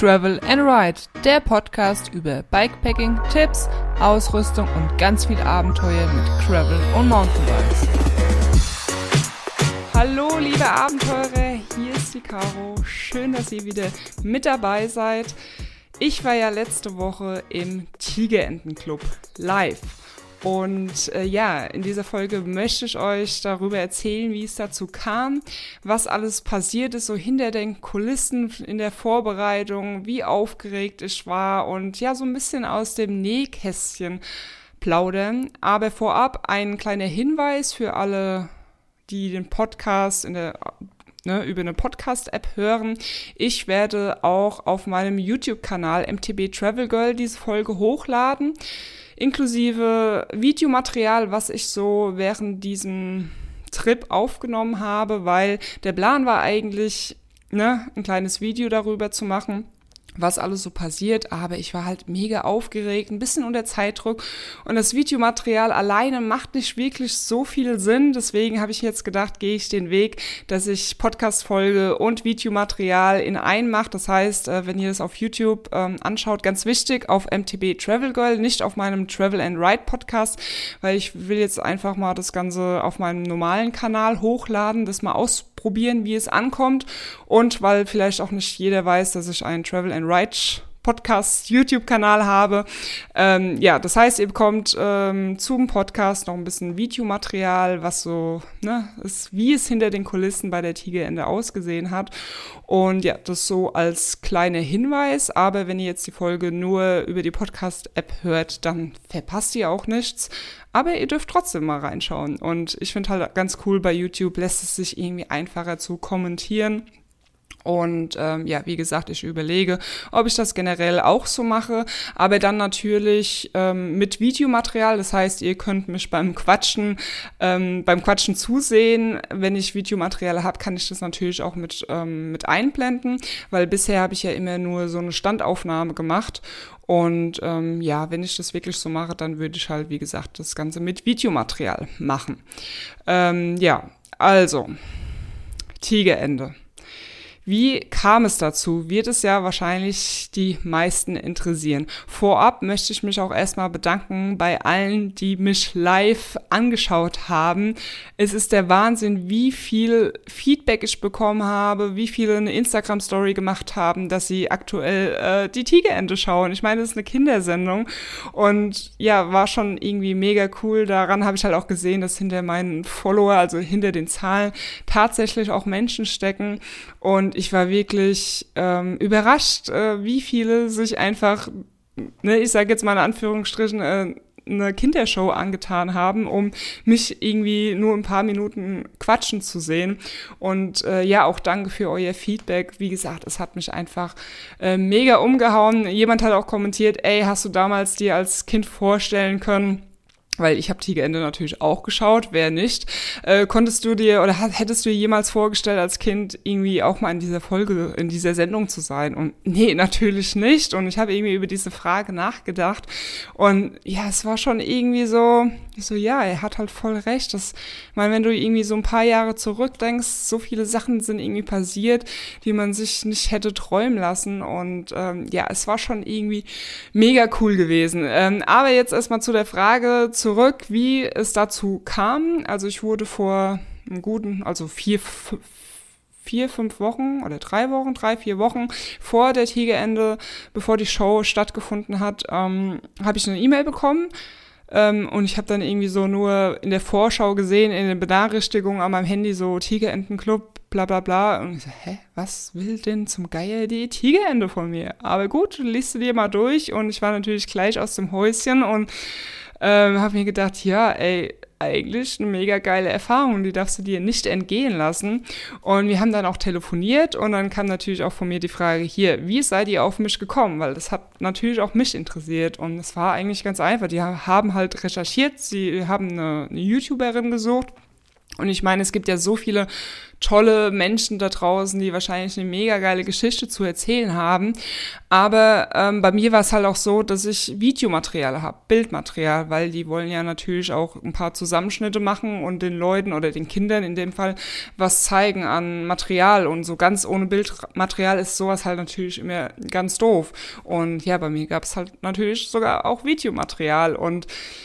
Travel and Ride, der Podcast über Bikepacking, Tipps, Ausrüstung und ganz viel Abenteuer mit Gravel und Mountainbikes. Hallo liebe Abenteurer, hier ist die Caro. Schön, dass ihr wieder mit dabei seid. Ich war ja letzte Woche im Tigerentenclub live. Und in dieser Folge möchte ich euch darüber erzählen, wie es dazu kam, was alles passiert ist, so hinter den Kulissen in der Vorbereitung, wie aufgeregt ich war und ja, so ein bisschen aus dem Nähkästchen plaudern. Aber vorab ein kleiner Hinweis für alle, die den Podcast über eine Podcast-App hören. Ich werde auch auf meinem YouTube-Kanal MTB Travel Girl diese Folge hochladen, inklusive Videomaterial, was ich so während diesem Trip aufgenommen habe, weil der Plan war eigentlich, ein kleines Video darüber zu machen, was alles so passiert, aber ich war halt mega aufgeregt, ein bisschen unter Zeitdruck und das Videomaterial alleine macht nicht wirklich so viel Sinn, deswegen habe ich jetzt gedacht, gehe ich den Weg, dass ich Podcast-Folge und Videomaterial in einen mache, das heißt, wenn ihr das auf YouTube anschaut, ganz wichtig, auf MTB Travel Girl, nicht auf meinem Travel and Ride Podcast, weil ich will jetzt einfach mal das Ganze auf meinem normalen Kanal hochladen, das mal ausprobieren, wie es ankommt und weil vielleicht auch nicht jeder weiß, dass ich einen Travel and Ride Podcast YouTube-Kanal habe. Das heißt, ihr bekommt zum Podcast noch ein bisschen Videomaterial, was so ist, wie es hinter den Kulissen bei der Tigerente ausgesehen hat. Und ja, das so als kleiner Hinweis. Aber wenn ihr jetzt die Folge nur über die Podcast-App hört, dann verpasst ihr auch nichts. Aber ihr dürft trotzdem mal reinschauen. Und ich finde halt ganz cool, bei YouTube lässt es sich irgendwie einfacher zu kommentieren. Und wie gesagt, ich überlege, ob ich das generell auch so mache, aber dann natürlich mit Videomaterial. Das heißt, ihr könnt mich beim Quatschen zusehen. Wenn ich Videomaterial habe, kann ich das natürlich auch mit einblenden, weil bisher habe ich ja immer nur so eine Standaufnahme gemacht. Und wenn ich das wirklich so mache, dann würde ich halt, wie gesagt, das Ganze mit Videomaterial machen. Also, Tigerente. Wie kam es dazu? Wird es ja wahrscheinlich die meisten interessieren. Vorab möchte ich mich auch erstmal bedanken bei allen, die mich live angeschaut haben. Es ist der Wahnsinn, wie viel Feedback ich bekommen habe, wie viele eine Instagram-Story gemacht haben, dass sie aktuell die Tigerente schauen. Ich meine, das ist eine Kindersendung und ja, war schon irgendwie mega cool. Daran habe ich halt auch gesehen, dass hinter meinen Follower, also hinter den Zahlen, tatsächlich auch Menschen stecken. Und ich war wirklich überrascht, wie viele sich einfach, ich sage jetzt mal in Anführungsstrichen, eine Kindershow angetan haben, um mich irgendwie nur ein paar Minuten quatschen zu sehen. Und auch danke für euer Feedback. Wie gesagt, es hat mich einfach mega umgehauen. Jemand hat auch kommentiert, hast du damals dir als Kind vorstellen können, weil ich habe Tigerente natürlich auch geschaut, wer nicht. Konntest du dir oder hättest du dir jemals vorgestellt, als Kind irgendwie auch mal in dieser Folge, in dieser Sendung zu sein? Und nee, natürlich nicht. Und ich habe irgendwie über diese Frage nachgedacht. Und ja, es war schon irgendwie so, er hat halt voll recht. Ich meine, wenn du irgendwie so ein paar Jahre zurückdenkst, so viele Sachen sind irgendwie passiert, die man sich nicht hätte träumen lassen. Und es war schon irgendwie mega cool gewesen. Aber jetzt erstmal zu der Frage zurück, wie es dazu kam. Also ich wurde vor einem guten, 4-5 Wochen oder 3, 4 Wochen vor der Tigerente, bevor die Show stattgefunden hat, habe ich eine E-Mail bekommen. Und ich habe dann irgendwie so nur in der Vorschau gesehen, in den Benachrichtigungen an meinem Handy so Tigerentenclub, bla bla bla. Und ich so, was will denn zum Geier die Tigerente von mir? Aber gut, liest du dir mal durch. Und ich war natürlich gleich aus dem Häuschen und habe mir gedacht, eigentlich eine mega geile Erfahrung, die darfst du dir nicht entgehen lassen. Und wir haben dann auch telefoniert und dann kam natürlich auch von mir die Frage, wie seid ihr auf mich gekommen? Weil das hat natürlich auch mich interessiert und es war eigentlich ganz einfach. Die haben halt recherchiert, sie haben eine YouTuberin gesucht Und ich meine, es gibt ja so viele tolle Menschen da draußen, die wahrscheinlich eine mega geile Geschichte zu erzählen haben. Aber bei mir war es halt auch so, dass ich Videomaterial habe, Bildmaterial, weil die wollen ja natürlich auch ein paar Zusammenschnitte machen und den Leuten oder den Kindern in dem Fall was zeigen an Material. Und so ganz ohne Bildmaterial ist sowas halt natürlich immer ganz doof. Und ja, bei mir gab es halt natürlich sogar auch Videomaterial. Und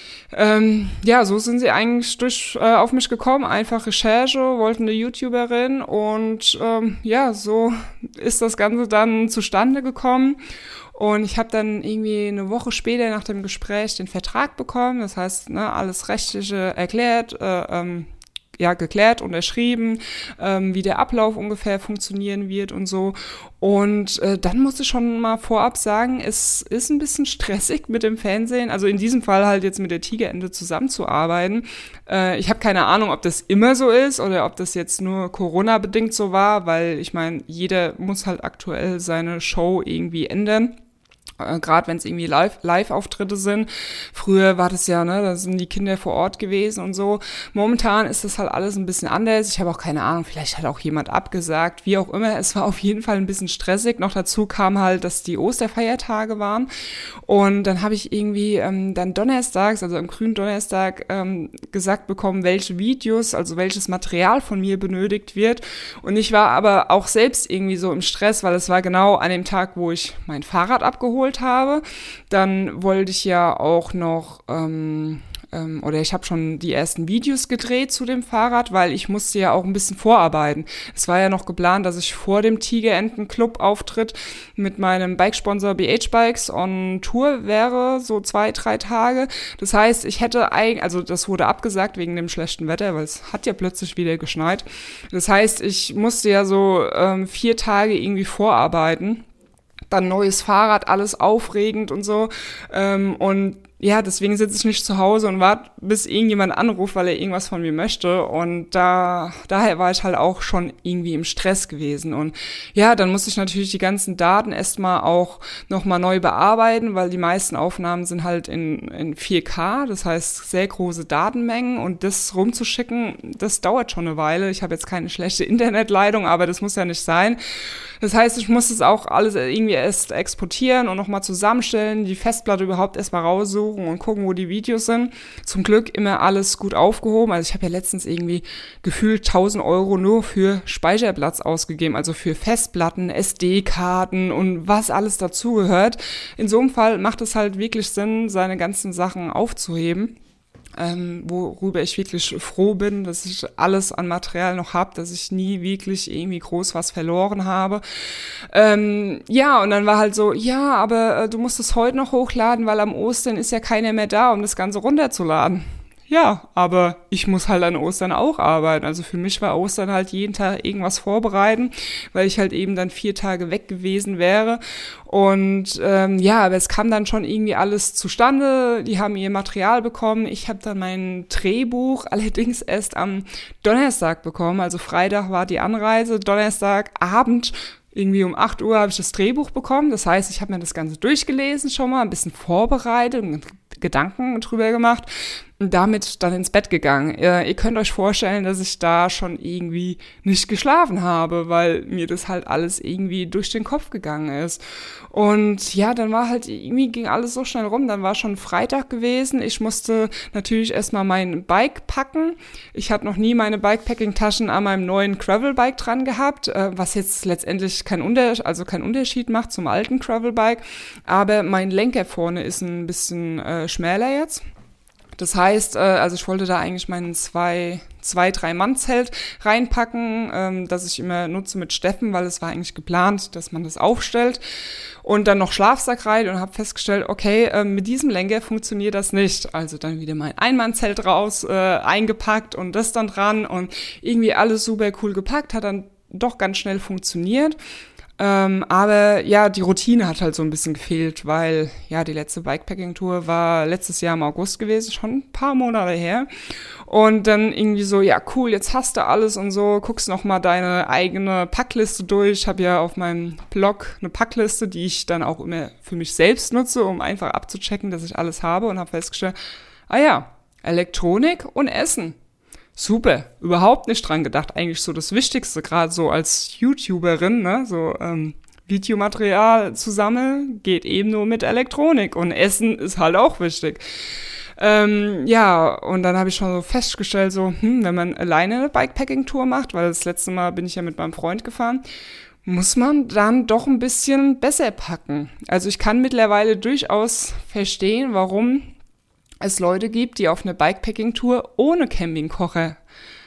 so sind sie eigentlich auf mich gekommen, einfach Recherche, wollten eine YouTuberin und so ist das Ganze dann zustande gekommen. Und ich habe dann irgendwie eine Woche später nach dem Gespräch den Vertrag bekommen, das heißt, alles Rechtliche erklärt, geklärt, unterschrieben, wie der Ablauf ungefähr funktionieren wird und so. Und dann musste ich schon mal vorab sagen, es ist ein bisschen stressig mit dem Fernsehen, also in diesem Fall halt jetzt mit der Tigerente zusammenzuarbeiten. Ich habe keine Ahnung, ob das immer so ist oder ob das jetzt nur Corona-bedingt so war, weil ich meine, jeder muss halt aktuell seine Show irgendwie ändern. Gerade wenn es irgendwie Live-Auftritte sind. Früher war das ja, da sind die Kinder vor Ort gewesen und so. Momentan ist das halt alles ein bisschen anders. Ich habe auch keine Ahnung, vielleicht hat auch jemand abgesagt, wie auch immer. Es war auf jeden Fall ein bisschen stressig. Noch dazu kam halt, dass die Osterfeiertage waren. Und dann habe ich irgendwie dann donnerstags, also am grünen Donnerstag, gesagt bekommen, welche Videos, also welches Material von mir benötigt wird. Und ich war aber auch selbst irgendwie so im Stress, weil es war genau an dem Tag, wo ich mein Fahrrad abgeholt habe. Dann wollte ich ja auch noch ich habe schon die ersten Videos gedreht zu dem Fahrrad, weil ich musste ja auch ein bisschen vorarbeiten. Es war ja noch geplant, dass ich vor dem Tigerenten-Club-Auftritt mit meinem Bikesponsor BH Bikes on Tour wäre, so 2-3 Tage. Das heißt, ich hätte das wurde abgesagt wegen dem schlechten Wetter, weil es hat ja plötzlich wieder geschneit. Das heißt, ich musste ja so 4 Tage irgendwie vorarbeiten. Dann neues Fahrrad, alles aufregend und so. Und ja, deswegen sitze ich nicht zu Hause und warte, bis irgendjemand anruft, weil er irgendwas von mir möchte. Und daher war ich halt auch schon irgendwie im Stress gewesen. Und ja, dann musste ich natürlich die ganzen Daten erstmal auch nochmal neu bearbeiten, weil die meisten Aufnahmen sind halt in 4K, das heißt sehr große Datenmengen. Und das rumzuschicken, das dauert schon eine Weile. Ich habe jetzt keine schlechte Internetleitung, aber das muss ja nicht sein. Das heißt, ich muss das auch alles irgendwie erst exportieren und nochmal zusammenstellen, die Festplatte überhaupt erstmal raussuchen und gucken, wo die Videos sind. Zum Glück immer alles gut aufgehoben. Also ich habe ja letztens irgendwie gefühlt 1.000 Euro nur für Speicherplatz ausgegeben, also für Festplatten, SD-Karten und was alles dazugehört. In so einem Fall macht es halt wirklich Sinn, seine ganzen Sachen aufzuheben. Worüber ich wirklich froh bin, dass ich alles an Material noch habe, dass ich nie wirklich irgendwie groß was verloren habe. Und dann war halt so, aber du musst es heute noch hochladen, weil am Ostern ist ja keiner mehr da, um das Ganze runterzuladen. Ja, aber ich muss halt an Ostern auch arbeiten. Also für mich war Ostern halt jeden Tag irgendwas vorbereiten, weil ich halt eben dann 4 Tage weg gewesen wäre. Und aber es kam dann schon irgendwie alles zustande. Die haben ihr Material bekommen. Ich habe dann mein Drehbuch allerdings erst am Donnerstag bekommen. Also Freitag war die Anreise, Donnerstagabend irgendwie um 8 Uhr habe ich das Drehbuch bekommen. Das heißt, ich habe mir das Ganze durchgelesen schon mal, ein bisschen vorbereitet und Gedanken drüber gemacht und damit dann ins Bett gegangen. Ihr könnt euch vorstellen, dass ich da schon irgendwie nicht geschlafen habe, weil mir das halt alles irgendwie durch den Kopf gegangen ist. Und ja, dann war halt irgendwie ging alles so schnell rum. Dann war schon Freitag gewesen. Ich musste natürlich erstmal mein Bike packen. Ich hatte noch nie meine Bikepacking-Taschen an meinem neuen Gravelbike dran gehabt, was jetzt letztendlich keinen Unterschied macht zum alten Gravelbike. Aber mein Lenker vorne ist ein bisschen schmäler jetzt. Das heißt, ich wollte da eigentlich meinen 2-3-Mann-Zelt reinpacken, das ich immer nutze mit Steffen, weil es war eigentlich geplant, dass man das aufstellt. Und dann noch Schlafsack rein und habe festgestellt, okay, mit diesem Lenker funktioniert das nicht. Also dann wieder mein Einmannzelt raus, eingepackt und das dann dran und irgendwie alles super cool gepackt, hat dann doch ganz schnell funktioniert. Aber ja, die Routine hat halt so ein bisschen gefehlt, weil ja, die letzte Bikepacking-Tour war letztes Jahr im August gewesen, schon ein paar Monate her. Und dann irgendwie so, ja cool, jetzt hast du alles und so, guckst noch mal deine eigene Packliste durch. Ich habe ja auf meinem Blog eine Packliste, die ich dann auch immer für mich selbst nutze, um einfach abzuchecken, dass ich alles habe und habe festgestellt, Elektronik und Essen. super, überhaupt nicht dran gedacht. Eigentlich so das Wichtigste, gerade so als YouTuberin, ne, so Videomaterial zu sammeln, geht eben nur mit Elektronik und Essen ist halt auch wichtig. Ja, und dann habe ich schon so festgestellt, so, wenn man alleine eine Bikepacking-Tour macht, weil das letzte Mal bin ich ja mit meinem Freund gefahren, muss man dann doch ein bisschen besser packen. Also ich kann mittlerweile durchaus verstehen, warum es Leute gibt, die auf eine Bikepacking-Tour ohne Campingkocher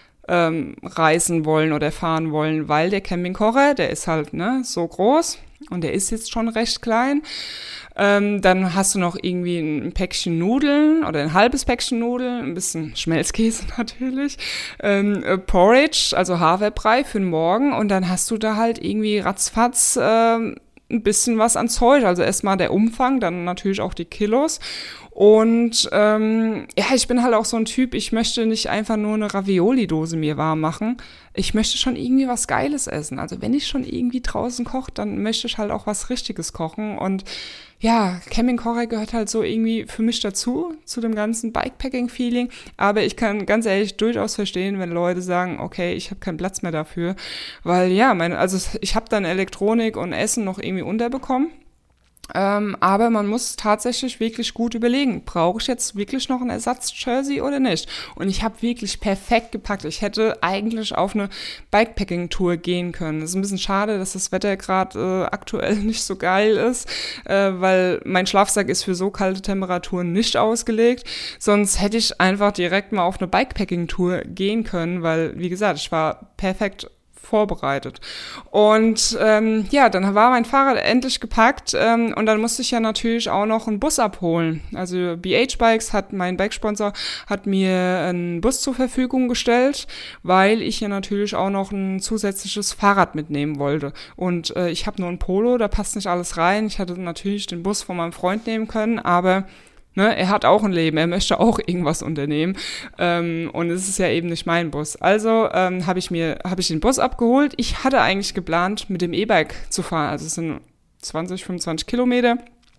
reisen wollen oder fahren wollen, weil der Campingkocher, der ist halt so groß und der ist jetzt schon recht klein. Dann hast du noch irgendwie ein Päckchen Nudeln oder ein halbes Päckchen Nudeln, ein bisschen Schmelzkäse natürlich, Porridge, also Haferbrei für den Morgen und dann hast du da halt irgendwie ratzfatz ein bisschen was an Zeug. Also erstmal der Umfang, dann natürlich auch die Kilos. Und ja, ich bin halt auch so ein Typ, ich möchte nicht einfach nur eine Ravioli-Dose mir warm machen. Ich möchte schon irgendwie was Geiles essen. Also wenn ich schon irgendwie draußen koche, dann möchte ich halt auch was Richtiges kochen. Und ja, Campingkocher gehört halt so irgendwie für mich dazu, zu dem ganzen Bikepacking-Feeling. Aber ich kann ganz ehrlich durchaus verstehen, wenn Leute sagen, okay, ich habe keinen Platz mehr dafür. Weil ja, ich habe dann Elektronik und Essen noch irgendwie unterbekommen. Aber man muss tatsächlich wirklich gut überlegen, brauche ich jetzt wirklich noch ein Ersatz-Jersey oder nicht? Und ich habe wirklich perfekt gepackt. Ich hätte eigentlich auf eine Bikepacking-Tour gehen können. Es ist ein bisschen schade, dass das Wetter gerade aktuell nicht so geil ist, weil mein Schlafsack ist für so kalte Temperaturen nicht ausgelegt. Sonst hätte ich einfach direkt mal auf eine Bikepacking-Tour gehen können, weil, wie gesagt, ich war perfekt vorbereitet. Und ja, dann war mein Fahrrad endlich gepackt und dann musste ich ja natürlich auch noch einen Bus abholen. Also BH Bikes mein Bikesponsor, hat mir einen Bus zur Verfügung gestellt, weil ich ja natürlich auch noch ein zusätzliches Fahrrad mitnehmen wollte. Und ich habe nur ein Polo, da passt nicht alles rein. Ich hatte natürlich den Bus von meinem Freund nehmen können, aber er hat auch ein Leben, er möchte auch irgendwas unternehmen und es ist ja eben nicht mein Bus. Also habe ich den Bus abgeholt. Ich hatte eigentlich geplant, mit dem E-Bike zu fahren. Also es sind 20, 25 Kilometer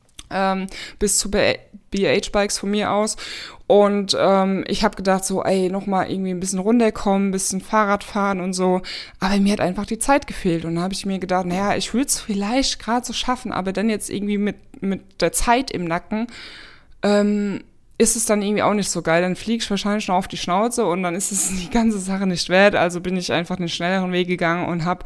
bis zu BH-Bikes von mir aus. Und ich habe gedacht so, nochmal irgendwie ein bisschen runterkommen, ein bisschen Fahrrad fahren und so. Aber mir hat einfach die Zeit gefehlt. Und dann habe ich mir gedacht, naja, ich würde es vielleicht gerade so schaffen, aber dann jetzt irgendwie mit der Zeit im Nacken, ist es dann irgendwie auch nicht so geil. Dann fliege ich wahrscheinlich noch auf die Schnauze und dann ist es die ganze Sache nicht wert. Also bin ich einfach den schnelleren Weg gegangen und habe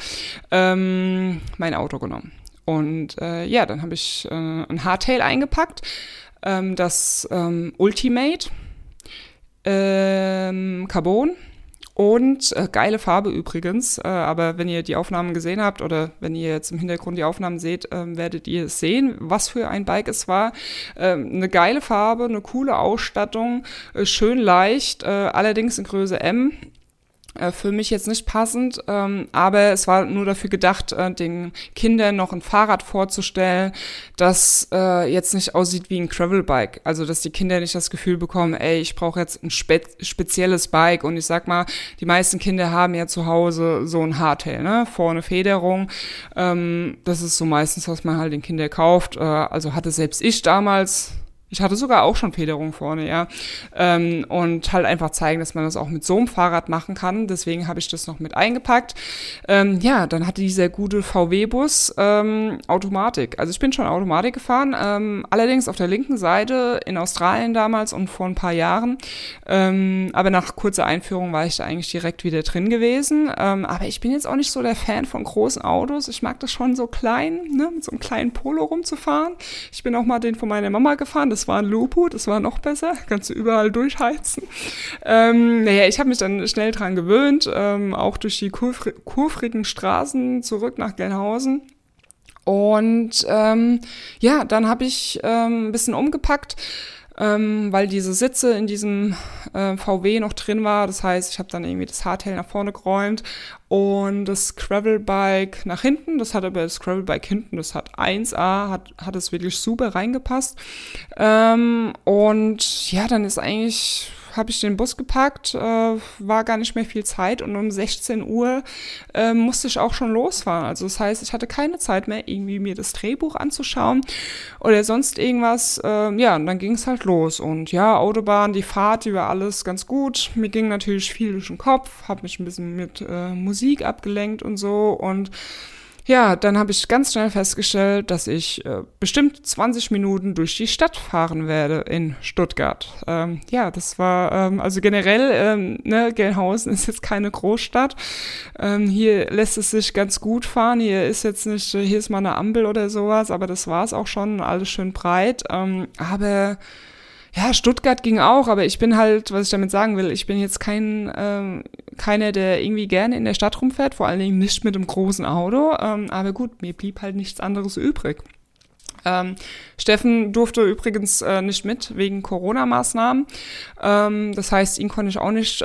mein Auto genommen. Und ja, dann habe ich ein Hardtail eingepackt, das Ultimate Carbon. Und geile Farbe übrigens, aber wenn ihr die Aufnahmen gesehen habt oder wenn ihr jetzt im Hintergrund die Aufnahmen seht, werdet ihr sehen, was für ein Bike es war. Eine geile Farbe, eine coole Ausstattung, schön leicht, allerdings in Größe M. Für mich jetzt nicht passend, aber es war nur dafür gedacht, den Kindern noch ein Fahrrad vorzustellen, das jetzt nicht aussieht wie ein Gravelbike. Also, dass die Kinder nicht das Gefühl bekommen, ich brauche jetzt ein spezielles Bike. Und ich sag mal, die meisten Kinder haben ja zu Hause so ein Hardtail, ne? Vorne Federung. Das ist so meistens, was man halt den Kindern kauft. Also hatte selbst ich damals. Ich hatte sogar auch schon Federung vorne, ja. Und halt einfach zeigen, dass man das auch mit so einem Fahrrad machen kann. Deswegen habe ich das noch mit eingepackt. Ja, dann hatte dieser gute VW-Bus Automatik. Also ich bin schon Automatik gefahren, allerdings auf der linken Seite in Australien damals und vor ein paar Jahren. Aber nach kurzer Einführung war ich da eigentlich direkt wieder drin gewesen. Aber ich bin jetzt auch nicht so der Fan von großen Autos. Ich mag das schon so klein, ne, mit so einem kleinen Polo rumzufahren. Ich bin auch mal den von meiner Mama gefahren. Das war ein Lupo, das war noch besser. Kannst du überall durchheizen. Naja, ich habe mich dann schnell dran gewöhnt, auch durch die kurvrigen Straßen zurück nach Gelnhausen. Und ja, dann habe ich ein bisschen umgepackt, weil diese Sitze in diesem VW noch drin war. Das heißt, ich habe dann irgendwie das Hardtail nach vorne geräumt und das Gravelbike nach hinten. Das hat aber das Gravelbike hinten, das hat 1A, hat es wirklich super reingepasst. Und ja, dann ist eigentlich habe ich den Bus gepackt, war gar nicht mehr viel Zeit und um 16 Uhr musste ich auch schon losfahren. Also das heißt, ich hatte keine Zeit mehr, irgendwie mir das Drehbuch anzuschauen oder sonst irgendwas. Ja, und dann ging es halt los. Und ja, Autobahn, die Fahrt, die war alles ganz gut. Mir ging natürlich viel durch den Kopf, habe mich ein bisschen mit Musik abgelenkt und so. Und ja, dann habe ich ganz schnell festgestellt, dass ich bestimmt 20 Minuten durch die Stadt fahren werde in Stuttgart. Ja, das war, also generell, Gelnhausen ist jetzt keine Großstadt. Hier lässt es sich ganz gut fahren. Hier ist jetzt nicht, hier ist mal eine Ampel oder sowas, aber das war es auch schon, alles schön breit. Aber ja, Stuttgart ging auch, aber ich bin halt, was ich damit sagen will, ich bin jetzt keiner, der irgendwie gerne in der Stadt rumfährt, vor allen Dingen nicht mit einem großen Auto, aber gut, mir blieb halt nichts anderes übrig. Steffen durfte übrigens nicht mit, wegen Corona-Maßnahmen. Das heißt, ihn konnte ich auch nicht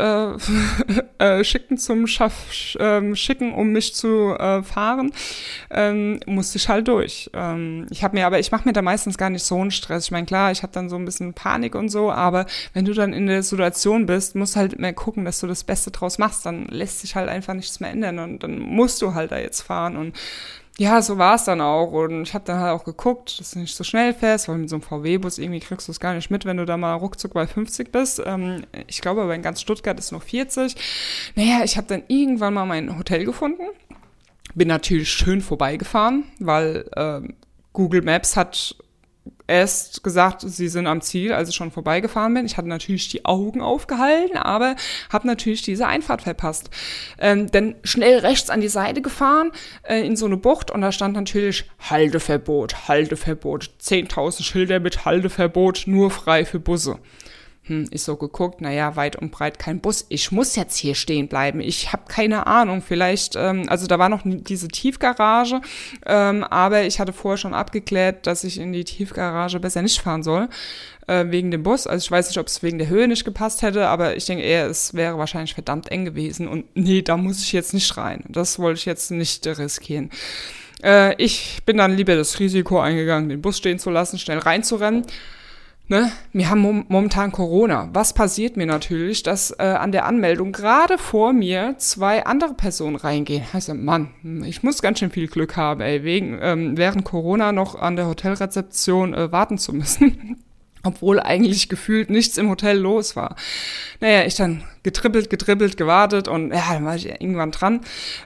schicken, um mich zu fahren. Musste ich halt durch. Ich mache mir da meistens gar nicht so einen Stress. Ich meine, klar, ich habe dann so ein bisschen Panik und so, aber wenn du dann in der Situation bist, musst du halt immer gucken, dass du das Beste draus machst. Dann lässt sich halt einfach nichts mehr ändern und dann musst du halt da jetzt fahren. Und ja, so war es dann auch. Und ich habe dann halt auch geguckt, dass du nicht so schnell fährst, weil mit so einem VW-Bus irgendwie kriegst du es gar nicht mit, wenn du da mal ruckzuck bei 50 bist. Ich glaube, aber in ganz Stuttgart ist noch 40. Naja, ich habe dann irgendwann mal mein Hotel gefunden. Bin natürlich schön vorbeigefahren, weil Google Maps hat erst gesagt, sie sind am Ziel, als ich schon vorbeigefahren bin. Ich hatte natürlich die Augen aufgehalten, aber habe natürlich diese Einfahrt verpasst. Dann schnell rechts an die Seite gefahren, in so eine Bucht und da stand natürlich Halteverbot, Halteverbot, 10.000 Schilder mit Halteverbot, nur frei für Busse. Ich so geguckt, naja, weit und breit kein Bus. Ich muss jetzt hier stehen bleiben. Ich habe keine Ahnung, vielleicht, also da war noch diese Tiefgarage, aber ich hatte vorher schon abgeklärt, dass ich in die Tiefgarage besser nicht fahren soll, wegen dem Bus. Also ich weiß nicht, ob es wegen der Höhe nicht gepasst hätte, aber ich denke eher, es wäre wahrscheinlich verdammt eng gewesen und nee, da muss ich jetzt nicht rein. Das wollte ich jetzt nicht riskieren. Ich bin dann lieber das Risiko eingegangen, den Bus stehen zu lassen, schnell reinzurennen. Ne? Wir haben momentan Corona. Was passiert mir natürlich, dass an der Anmeldung gerade vor mir 2 andere Personen reingehen. Also Mann, ich muss ganz schön viel Glück haben, während Corona noch an der Hotelrezeption warten zu müssen. Obwohl eigentlich gefühlt nichts im Hotel los war. Naja, ich dann getribbelt, gewartet und ja, dann war ich irgendwann dran.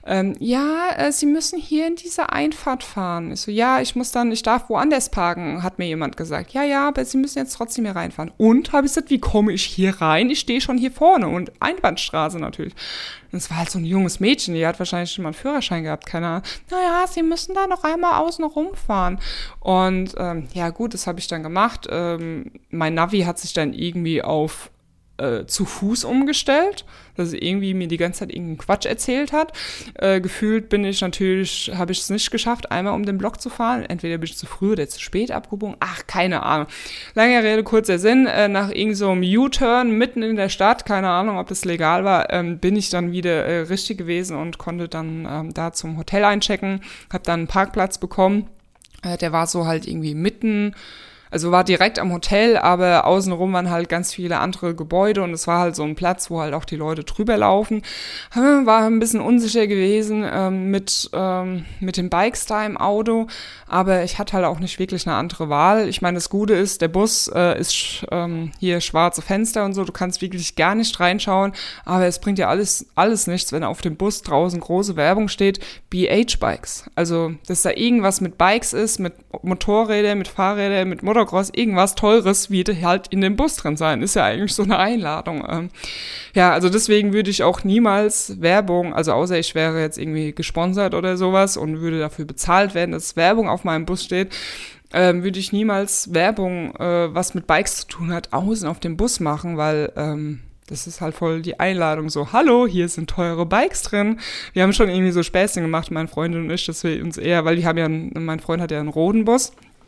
Sie müssen hier in diese Einfahrt fahren. Ich so, ja, ich darf woanders parken, hat mir jemand gesagt. Ja, aber Sie müssen jetzt trotzdem hier reinfahren. Und, habe ich gesagt, wie komme ich hier rein? Ich stehe schon hier vorne und Einbahnstraße natürlich. Und es war halt so ein junges Mädchen, die hat wahrscheinlich schon mal einen Führerschein gehabt, keine Ahnung. Naja, Sie müssen da noch einmal außen rumfahren. Und ja gut, das habe ich dann gemacht. Mein Navi hat sich dann irgendwie auf zu Fuß umgestellt, dass er irgendwie mir die ganze Zeit irgendeinen Quatsch erzählt hat. Gefühlt habe ich es nicht geschafft, einmal um den Block zu fahren. Entweder bin ich zu früh oder zu spät abgebogen. Ach, keine Ahnung. Lange Rede, kurzer Sinn. Nach irgend so einem U-Turn mitten in der Stadt, keine Ahnung, ob das legal war, bin ich dann wieder richtig gewesen und konnte dann da zum Hotel einchecken. Hab dann einen Parkplatz bekommen. Der war so halt irgendwie mitten, also war direkt am Hotel, aber außenrum waren halt ganz viele andere Gebäude und es war halt so ein Platz, wo halt auch die Leute drüber laufen. War ein bisschen unsicher gewesen mit den Bikes da im Auto, aber ich hatte halt auch nicht wirklich eine andere Wahl. Ich meine, das Gute ist, der Bus ist hier schwarze Fenster und so, du kannst wirklich gar nicht reinschauen, aber es bringt ja alles nichts, wenn auf dem Bus draußen große Werbung steht, BH-Bikes. Also, dass da irgendwas mit Bikes ist, mit Motorrädern, mit Fahrrädern, mit Motocross, irgendwas Teures wird halt in dem Bus drin sein. Ist ja eigentlich so eine Einladung. Ja, also deswegen würde ich auch niemals Werbung, also außer ich wäre jetzt irgendwie gesponsert oder sowas und würde dafür bezahlt werden, dass Werbung auf meinem Bus steht, würde ich niemals Werbung, was mit Bikes zu tun hat, außen auf dem Bus machen, weil das ist halt voll die Einladung, so, hallo, hier sind teure Bikes drin. Wir haben schon irgendwie so Späßchen gemacht, meine Freundin und ich, dass wir uns eher, weil mein Freund hat ja einen roten Bus,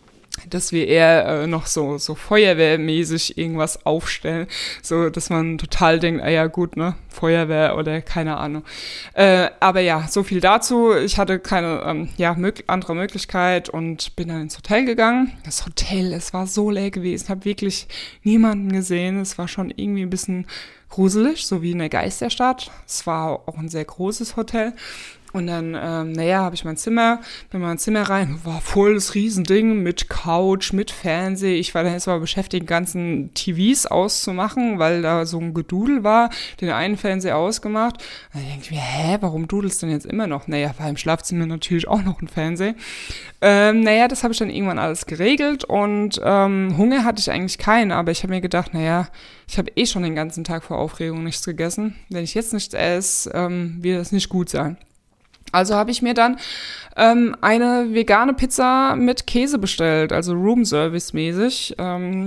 dass wir eher noch so feuerwehrmäßig irgendwas aufstellen, so dass man total denkt, ja gut, ne, Feuerwehr oder keine Ahnung. Aber ja, so viel dazu. Ich hatte keine andere Möglichkeit und bin dann ins Hotel gegangen. Das Hotel, es war so leer gewesen, habe wirklich niemanden gesehen. Es war schon irgendwie ein bisschen gruselig, so wie in der Geisterstadt. Es war auch ein sehr großes Hotel. Und dann, habe ich bin in mein Zimmer rein, war voll das Riesending mit Couch, mit Fernseh. Ich war dann erstmal beschäftigt, ganzen TVs auszumachen, weil da so ein Gedudel war, den einen Fernseher ausgemacht. Und dann denke ich mir, warum dudelst du denn jetzt immer noch? War im Schlafzimmer natürlich auch noch ein Fernseher. Das habe ich dann irgendwann alles geregelt und Hunger hatte ich eigentlich keinen, aber ich habe mir gedacht, ich habe schon den ganzen Tag vor Aufregung nichts gegessen. Wenn ich jetzt nichts esse, wird das nicht gut sein. Also habe ich mir dann eine vegane Pizza mit Käse bestellt, also Roomservice-mäßig,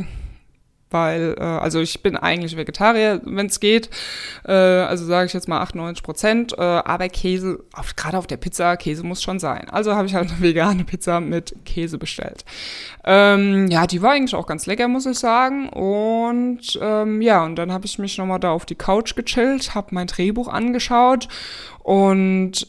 weil, ich bin eigentlich Vegetarier, wenn es geht, also sage ich jetzt mal 98%, aber Käse, gerade auf der Pizza, Käse muss schon sein. Also habe ich halt eine vegane Pizza mit Käse bestellt. Die war eigentlich auch ganz lecker, muss ich sagen. Und und dann habe ich mich nochmal da auf die Couch gechillt, habe mein Drehbuch angeschaut und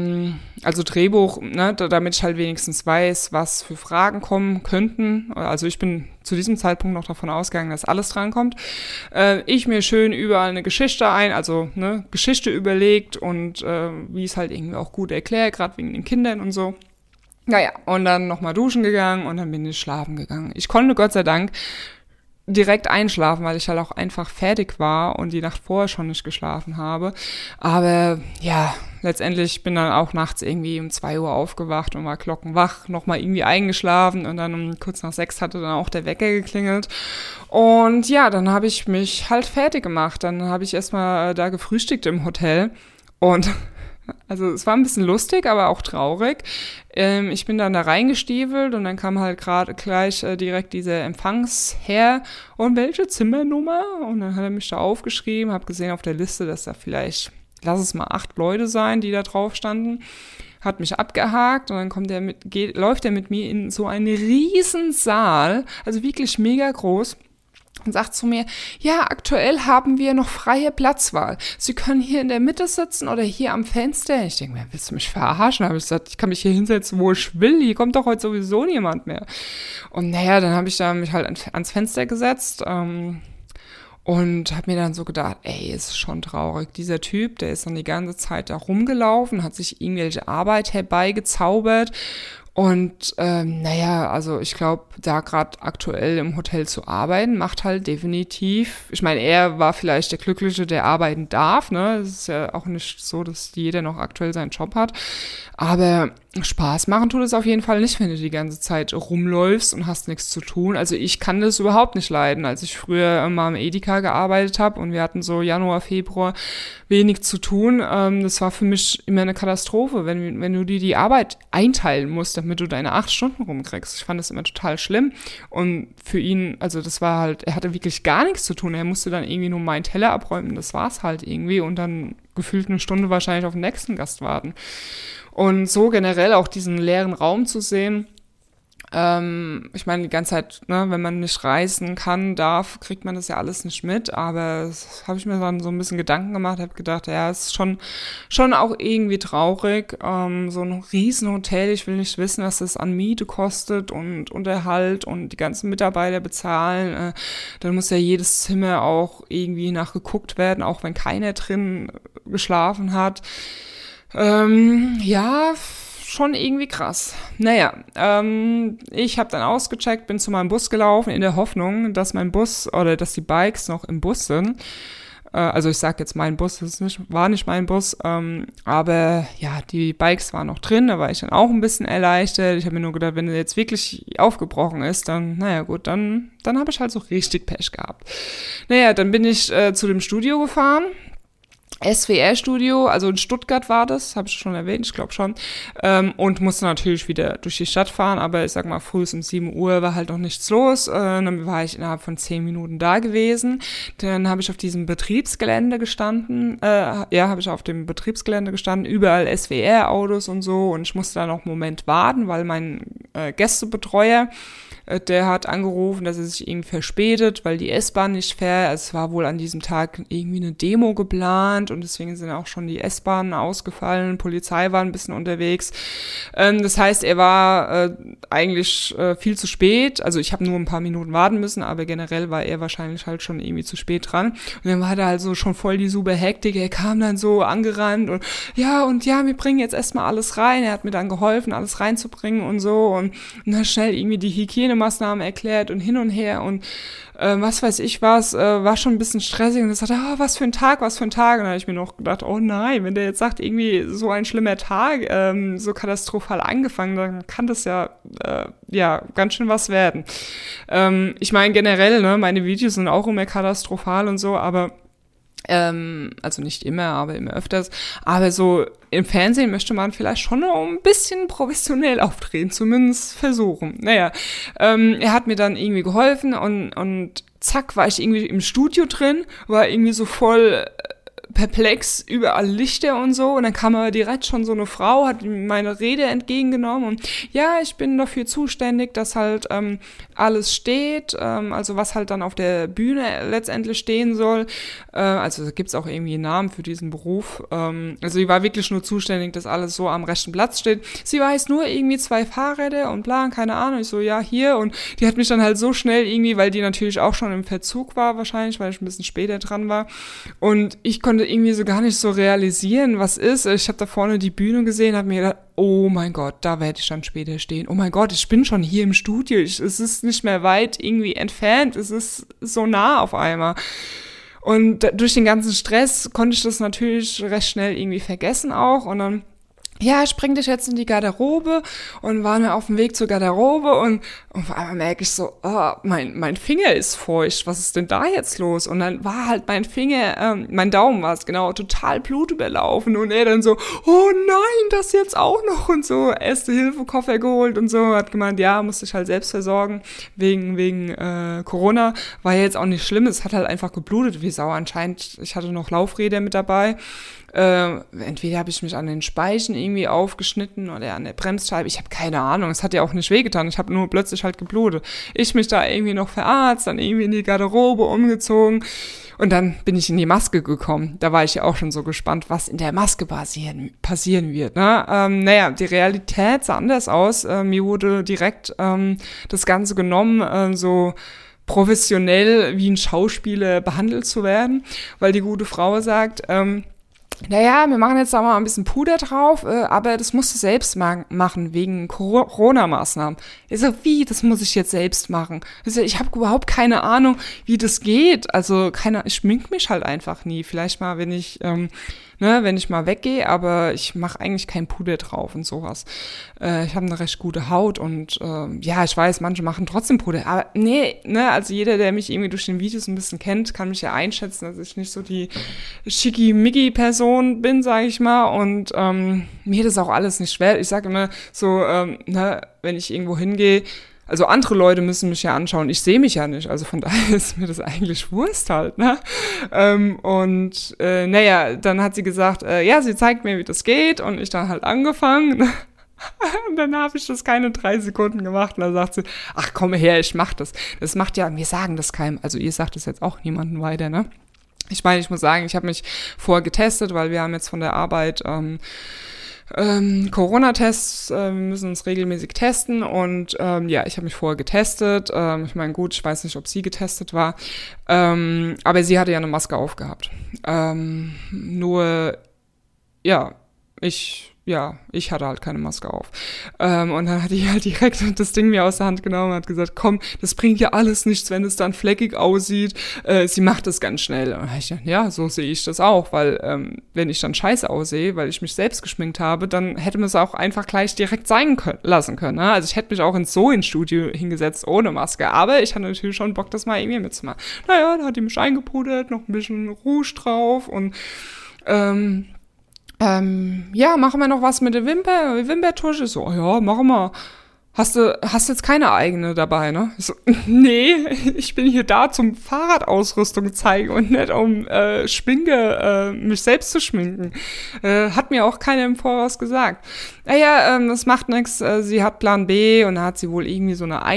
Drehbuch, ne, damit ich halt wenigstens weiß, was für Fragen kommen könnten. Also ich bin zu diesem Zeitpunkt noch davon ausgegangen, dass alles drankommt. Ich mir schön überall eine Geschichte Geschichte überlegt und wie es halt irgendwie auch gut erklärt, gerade wegen den Kindern und so. Und dann nochmal duschen gegangen und dann bin ich schlafen gegangen. Ich konnte Gott sei Dank direkt einschlafen, weil ich halt auch einfach fertig war und die Nacht vorher schon nicht geschlafen habe. Aber letztendlich bin dann auch nachts irgendwie um 2 Uhr aufgewacht und war glockenwach, nochmal irgendwie eingeschlafen und dann um kurz nach 6 hatte dann auch der Wecker geklingelt. Und dann habe ich mich halt fertig gemacht. Dann habe ich erstmal da gefrühstückt im Hotel und also es war ein bisschen lustig, aber auch traurig. Ich bin dann da reingestiefelt und dann kam halt gleich direkt dieser Empfangsherr und welche Zimmernummer? Und dann hat er mich da aufgeschrieben, habe gesehen auf der Liste, dass da vielleicht, lass es mal 8 Leute sein, die da drauf standen. Hat mich abgehakt und dann läuft er mit mir in so einen riesen Saal, also wirklich mega groß. Und sagt zu mir, aktuell haben wir noch freie Platzwahl. Sie können hier in der Mitte sitzen oder hier am Fenster. Ich denke mir, willst du mich verarschen? Habe ich gesagt, ich kann mich hier hinsetzen, wo ich will. Hier kommt doch heute sowieso niemand mehr. Und dann habe ich mich halt ans Fenster gesetzt und habe mir dann so gedacht, ist schon traurig. Dieser Typ, der ist dann die ganze Zeit da rumgelaufen, hat sich irgendwelche Arbeit herbeigezaubert. Und ich glaube, da gerade aktuell im Hotel zu arbeiten, macht halt definitiv, ich meine, er war vielleicht der Glückliche, der arbeiten darf, ne? Es ist ja auch nicht so, dass jeder noch aktuell seinen Job hat. Aber Spaß machen tut es auf jeden Fall nicht, wenn du die ganze Zeit rumläufst und hast nichts zu tun. Also ich kann das überhaupt nicht leiden. Als ich früher mal im Edeka gearbeitet habe und wir hatten so Januar, Februar wenig zu tun, das war für mich immer eine Katastrophe, wenn du dir die Arbeit einteilen musst, damit du deine 8 Stunden rumkriegst. Ich fand das immer total schlimm. Und für ihn, also das war halt, er hatte wirklich gar nichts zu tun. Er musste dann irgendwie nur meinen Teller abräumen. Das war's halt irgendwie. Und dann gefühlt eine Stunde wahrscheinlich auf den nächsten Gast warten. Und so generell auch diesen leeren Raum zu sehen, ich meine, die ganze Zeit, ne, wenn man nicht reisen kann, kriegt man das ja alles nicht mit, aber das habe ich mir dann so ein bisschen Gedanken gemacht, habe gedacht, es ist schon auch irgendwie traurig, so ein Riesenhotel, ich will nicht wissen, was das an Miete kostet und Unterhalt und die ganzen Mitarbeiter bezahlen, dann muss ja jedes Zimmer auch irgendwie nachgeguckt werden, auch wenn keiner drin geschlafen hat. Schon irgendwie krass. Ich habe dann ausgecheckt, bin zu meinem Bus gelaufen in der Hoffnung, dass dass die Bikes noch im Bus sind. Also ich sag jetzt mein Bus, war nicht mein Bus, aber die Bikes waren noch drin, da war ich dann auch ein bisschen erleichtert. Ich habe mir nur gedacht, wenn er jetzt wirklich aufgebrochen ist, dann habe ich halt so richtig Pech gehabt. Dann bin ich zu dem Studio gefahren. SWR-Studio, also in Stuttgart war das, habe ich schon erwähnt, ich glaube schon, und musste natürlich wieder durch die Stadt fahren, aber ich sag mal, früh um 7 Uhr war halt noch nichts los, dann war ich innerhalb von 10 Minuten da gewesen, dann habe ich auf diesem Betriebsgelände gestanden, überall SWR-Autos und so und ich musste dann noch einen Moment warten, weil mein Gästebetreuer. Der hat angerufen, dass er sich irgendwie verspätet, weil die S-Bahn nicht fährt. Es war wohl an diesem Tag irgendwie eine Demo geplant und deswegen sind auch schon die S-Bahnen ausgefallen. Polizei war ein bisschen unterwegs. Das heißt, er war eigentlich viel zu spät. Also ich habe nur ein paar Minuten warten müssen, aber generell war er wahrscheinlich halt schon irgendwie zu spät dran. Und dann war da halt so schon voll die super Hektik. Er kam dann so angerannt und ja, wir bringen jetzt erstmal alles rein. Er hat mir dann geholfen, alles reinzubringen und so und dann schnell irgendwie die Hygienemaßnahmen erklärt und hin und her und was weiß ich was, war schon ein bisschen stressig und er sagte, was für ein Tag. Und dann habe ich mir noch gedacht, oh nein, wenn der jetzt sagt, irgendwie so ein schlimmer Tag, so katastrophal angefangen, dann kann das ja ganz schön was werden. Ich meine generell, ne, meine Videos sind auch immer katastrophal und so, aber also nicht immer, aber immer öfters. Aber so im Fernsehen möchte man vielleicht schon noch ein bisschen professionell auftreten, zumindest versuchen. Naja, er hat mir dann irgendwie geholfen und zack, war ich irgendwie im Studio drin, war irgendwie so voll perplex, überall Lichter und so und dann kam aber direkt schon so eine Frau, hat meine Rede entgegengenommen und ja, ich bin dafür zuständig, dass halt alles steht, also was halt dann auf der Bühne letztendlich stehen soll, also da gibt's auch irgendwie einen Namen für diesen Beruf, also sie war wirklich nur zuständig, dass alles so am rechten Platz steht. Sie weiß nur irgendwie 2 Fahrräder und bla, keine Ahnung, ich so, ja, hier und die hat mich dann halt so schnell irgendwie, weil die natürlich auch schon im Verzug war wahrscheinlich, weil ich ein bisschen später dran war und ich konnte irgendwie so gar nicht so realisieren, was ist. Ich habe da vorne die Bühne gesehen, habe mir gedacht, oh mein Gott, da werde ich dann später stehen. Oh mein Gott, ich bin schon hier im Studio. Es ist nicht mehr weit irgendwie entfernt. Es ist so nah auf einmal. Und durch den ganzen Stress konnte ich das natürlich recht schnell irgendwie vergessen auch. Und dann ja, ich bring dich jetzt in die Garderobe und waren wir auf dem Weg zur Garderobe und auf einmal merke ich so, mein Finger ist feucht, was ist denn da jetzt los? Und dann war halt mein Finger, mein Daumen war es genau, total blutüberlaufen und er dann so, oh nein, das jetzt auch noch und so, Erste-Hilfe-Koffer geholt und so, hat gemeint, ja, musste ich halt selbst versorgen, wegen Corona, war ja jetzt auch nicht schlimm, es hat halt einfach geblutet wie Sau anscheinend, ich hatte noch Laufräder mit dabei. Entweder habe ich mich an den Speichen irgendwie aufgeschnitten oder an der Bremsscheibe. Ich habe keine Ahnung. Es hat ja auch nicht wehgetan. Ich habe nur plötzlich halt geblutet. Ich mich da irgendwie noch verarztet, dann irgendwie in die Garderobe umgezogen. Und dann bin ich in die Maske gekommen. Da war ich ja auch schon so gespannt, was in der Maske passieren wird. Ne? Die Realität sah anders aus. Mir wurde direkt das Ganze genommen, so professionell wie ein Schauspieler behandelt zu werden. Weil die gute Frau sagt, naja, wir machen jetzt da mal ein bisschen Puder drauf, aber das musst du selbst machen, wegen Corona-Maßnahmen. Ich so, wie, das muss ich jetzt selbst machen? Ich habe überhaupt keine Ahnung, wie das geht. Also, ich schmink mich halt einfach nie. Vielleicht mal, wenn ich mal weggehe, aber ich mache eigentlich kein Puder drauf und sowas. Ich habe eine recht gute Haut und ich weiß, manche machen trotzdem Puder, aber nee, ne, also jeder, der mich irgendwie durch den Videos ein bisschen kennt, kann mich ja einschätzen, dass ich nicht so die Schickimicki-Person bin, sage ich mal, und mir das auch alles nicht schwer. Ich sage immer so, wenn ich irgendwo hingehe, also andere Leute müssen mich ja anschauen, ich sehe mich ja nicht, also von daher ist mir das eigentlich Wurst halt, ne? Dann hat sie gesagt, sie zeigt mir, wie das geht und ich dann halt angefangen. Und dann habe ich das keine 3 Sekunden gemacht und dann sagt sie, ach komm her, ich mach das. Das macht ja, wir sagen das keinem, also ihr sagt das jetzt auch niemandem weiter, ne? Ich meine, ich muss sagen, ich habe mich vorher getestet, weil wir haben jetzt von der Arbeit Corona-Tests, wir müssen uns regelmäßig testen und ich habe mich vorher getestet. Ich meine, gut, ich weiß nicht, ob sie getestet war, aber sie hatte ja eine Maske aufgehabt. Ich hatte halt keine Maske auf. Und dann hat die halt direkt das Ding mir aus der Hand genommen und hat gesagt, komm, das bringt ja alles nichts, wenn es dann fleckig aussieht. Sie macht das ganz schnell. Und dann habe ich gedacht, ja, so sehe ich das auch, weil wenn ich dann scheiße aussehe, weil ich mich selbst geschminkt habe, dann hätte man es auch einfach gleich direkt sein lassen können. Ne? Also ich hätte mich auch ins Studio hingesetzt ohne Maske, aber ich hatte natürlich schon Bock, das mal irgendwie mitzumachen. Naja, da hat die mich eingepudert, noch ein bisschen Rouge drauf und machen wir noch was mit der Wimpertusche? So, ja, machen wir. hast jetzt keine eigene dabei, ne? Ich so, nee, ich bin hier da zum Fahrradausrüstung zeigen und nicht um mich selbst zu schminken. Hat mir auch keiner im Voraus gesagt. Naja, das macht nichts. Sie hat Plan B und da hat sie wohl irgendwie so eine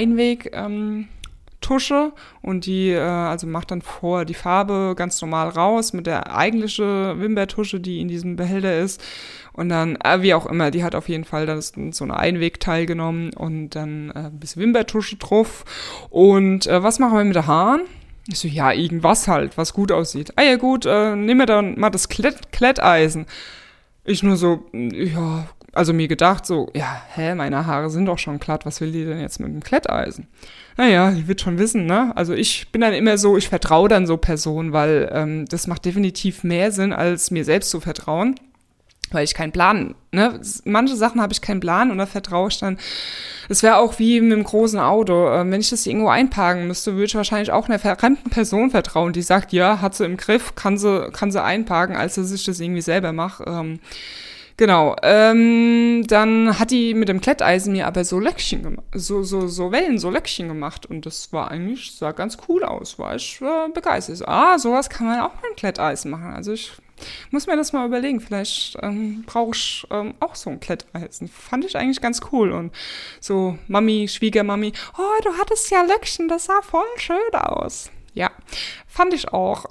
Tusche und die also macht dann vorher die Farbe ganz normal raus mit der eigentliche Wimbertusche, die in diesem Behälter ist. Und dann, wie auch immer, die hat auf jeden Fall dann so eine Einwegteil genommen und dann ein bisschen Wimbertusche drauf. Und was machen wir mit den Haaren? Ich so, ja, irgendwas halt, was gut aussieht. Ah ja gut, nehmen wir dann mal das Kletteisen. Ich nur so, ja, also mir gedacht so, ja, meine Haare sind doch schon glatt, was will die denn jetzt mit dem Kletteisen? Naja, die wird schon wissen, ne? Also ich bin dann immer so, ich vertraue dann so Personen, weil das macht definitiv mehr Sinn, als mir selbst zu vertrauen. Weil ich keinen Plan, ne? Manche Sachen habe ich keinen Plan und da vertraue ich dann. Es wäre auch wie mit einem großen Auto. Wenn ich das irgendwo einparken müsste, würde ich wahrscheinlich auch einer fremden Person vertrauen, die sagt, ja, hat sie im Griff, kann sie einparken, als dass ich das irgendwie selber mache. Genau. Dann hat die mit dem Kletteisen mir aber so Löckchen gemacht, so Wellen, so Löckchen gemacht und das sah ganz cool aus, war ich begeistert. Sowas kann man auch mit dem Kletteisen machen. Also ich muss mir das mal überlegen. Vielleicht brauche ich auch so ein Kletteisen. Fand ich eigentlich ganz cool. Und so Schwiegermami, oh, du hattest ja Löckchen, das sah voll schön aus. Ja, fand ich auch.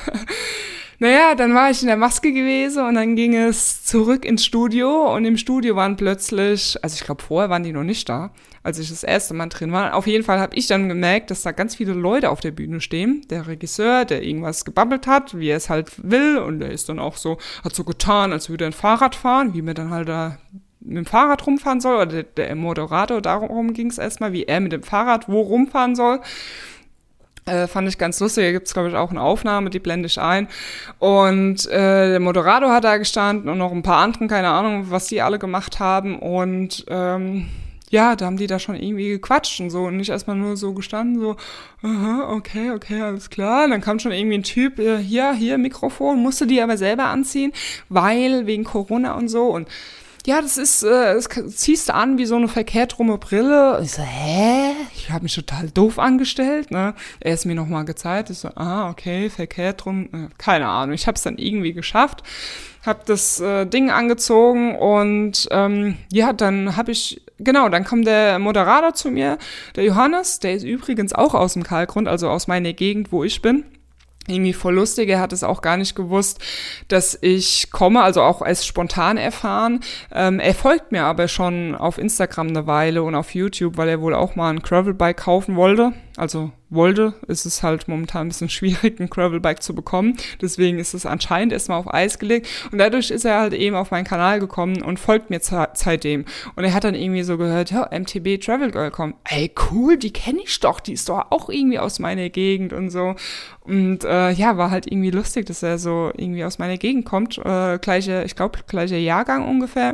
Naja, dann war ich in der Maske gewesen und dann ging es zurück ins Studio und im Studio waren plötzlich, also ich glaube vorher waren die noch nicht da, als ich das erste Mal drin war. Auf jeden Fall habe ich dann gemerkt, dass da ganz viele Leute auf der Bühne stehen. Der Regisseur, der irgendwas gebabbelt hat, wie er es halt will und der ist dann auch so, hat so getan, als würde er ein Fahrrad fahren, wie man dann halt da mit dem Fahrrad rumfahren soll oder der Moderator, darum ging es erstmal, wie er mit dem Fahrrad wo rumfahren soll. Fand ich ganz lustig, da gibt's glaube ich auch eine Aufnahme, die blende ich ein und der Moderator hat da gestanden und noch ein paar anderen, keine Ahnung, was die alle gemacht haben und ja, da haben die da schon irgendwie gequatscht und so und nicht erstmal nur so gestanden, so, aha, okay, alles klar. Und dann kam schon irgendwie ein Typ, hier Mikrofon, musste die aber selber anziehen, weil wegen Corona und so und ja, das ziehst du an wie so eine verkehrt rumme Brille. Und ich so, hä? Ich habe mich total doof angestellt, ne? Er ist mir nochmal gezeigt. Ich so, okay, verkehrt rum. Keine Ahnung. Ich habe es dann irgendwie geschafft. Hab das Ding angezogen und ja, dann dann kommt der Moderator zu mir, der Johannes, der ist übrigens auch aus dem Kalkgrund, also aus meiner Gegend, wo ich bin. Irgendwie voll lustig, er hat es auch gar nicht gewusst, dass ich komme, also auch erst spontan erfahren. Er folgt mir aber schon auf Instagram eine Weile und auf YouTube, weil er wohl auch mal ein Gravelbike kaufen wollte. Ist es halt momentan ein bisschen schwierig, ein Gravelbike zu bekommen. Deswegen ist es anscheinend erstmal auf Eis gelegt. Und dadurch ist er halt eben auf meinen Kanal gekommen und folgt mir seitdem. Und er hat dann irgendwie so gehört, ja, MTB Travel Girl kommt. Ey, cool, die kenne ich doch. Die ist doch auch irgendwie aus meiner Gegend und so. Und ja, war halt irgendwie lustig, dass er so irgendwie aus meiner Gegend kommt. Gleicher Jahrgang ungefähr.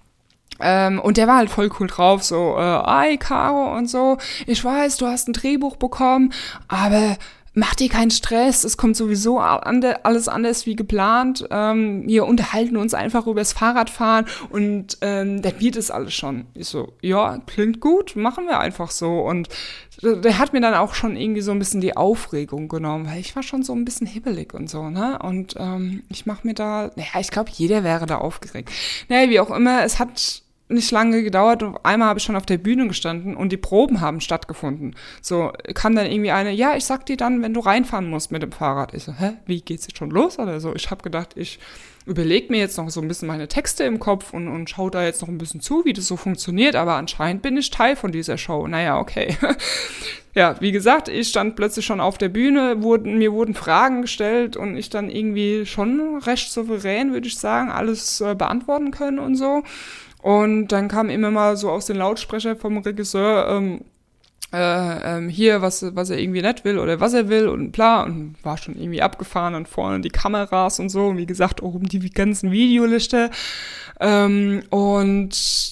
Und der war halt voll cool drauf, so, ey, Caro und so, ich weiß, du hast ein Drehbuch bekommen, aber mach dir keinen Stress, es kommt sowieso alles anders wie geplant, wir unterhalten uns einfach übers Fahrradfahren und dann wird es alles schon. Ich so, ja, klingt gut, machen wir einfach so und der hat mir dann auch schon irgendwie so ein bisschen die Aufregung genommen, weil ich war schon so ein bisschen hibbelig und so, ne, und ich mache mir da, ich glaube, jeder wäre da aufgeregt. Wie auch immer, es hat nicht lange gedauert und einmal habe ich schon auf der Bühne gestanden und die Proben haben stattgefunden. So kam dann irgendwie eine, ja, ich sag dir dann, wenn du reinfahren musst mit dem Fahrrad. Ich so, wie geht's jetzt schon los oder so? Ich habe gedacht, ich überlege mir jetzt noch so ein bisschen meine Texte im Kopf und schaue da jetzt noch ein bisschen zu, wie das so funktioniert, aber anscheinend bin ich Teil von dieser Show. Naja, okay. Ja, wie gesagt, ich stand plötzlich schon auf der Bühne, mir wurden Fragen gestellt und ich dann irgendwie schon recht souverän, würde ich sagen, alles beantworten können und so. Und dann kam immer mal so aus den Lautsprechern vom Regisseur, hier, was er irgendwie nicht will oder was er will und bla, und war schon irgendwie abgefahren und vorne die Kameras und so, und wie gesagt, auch um die ganzen Videolichter. Und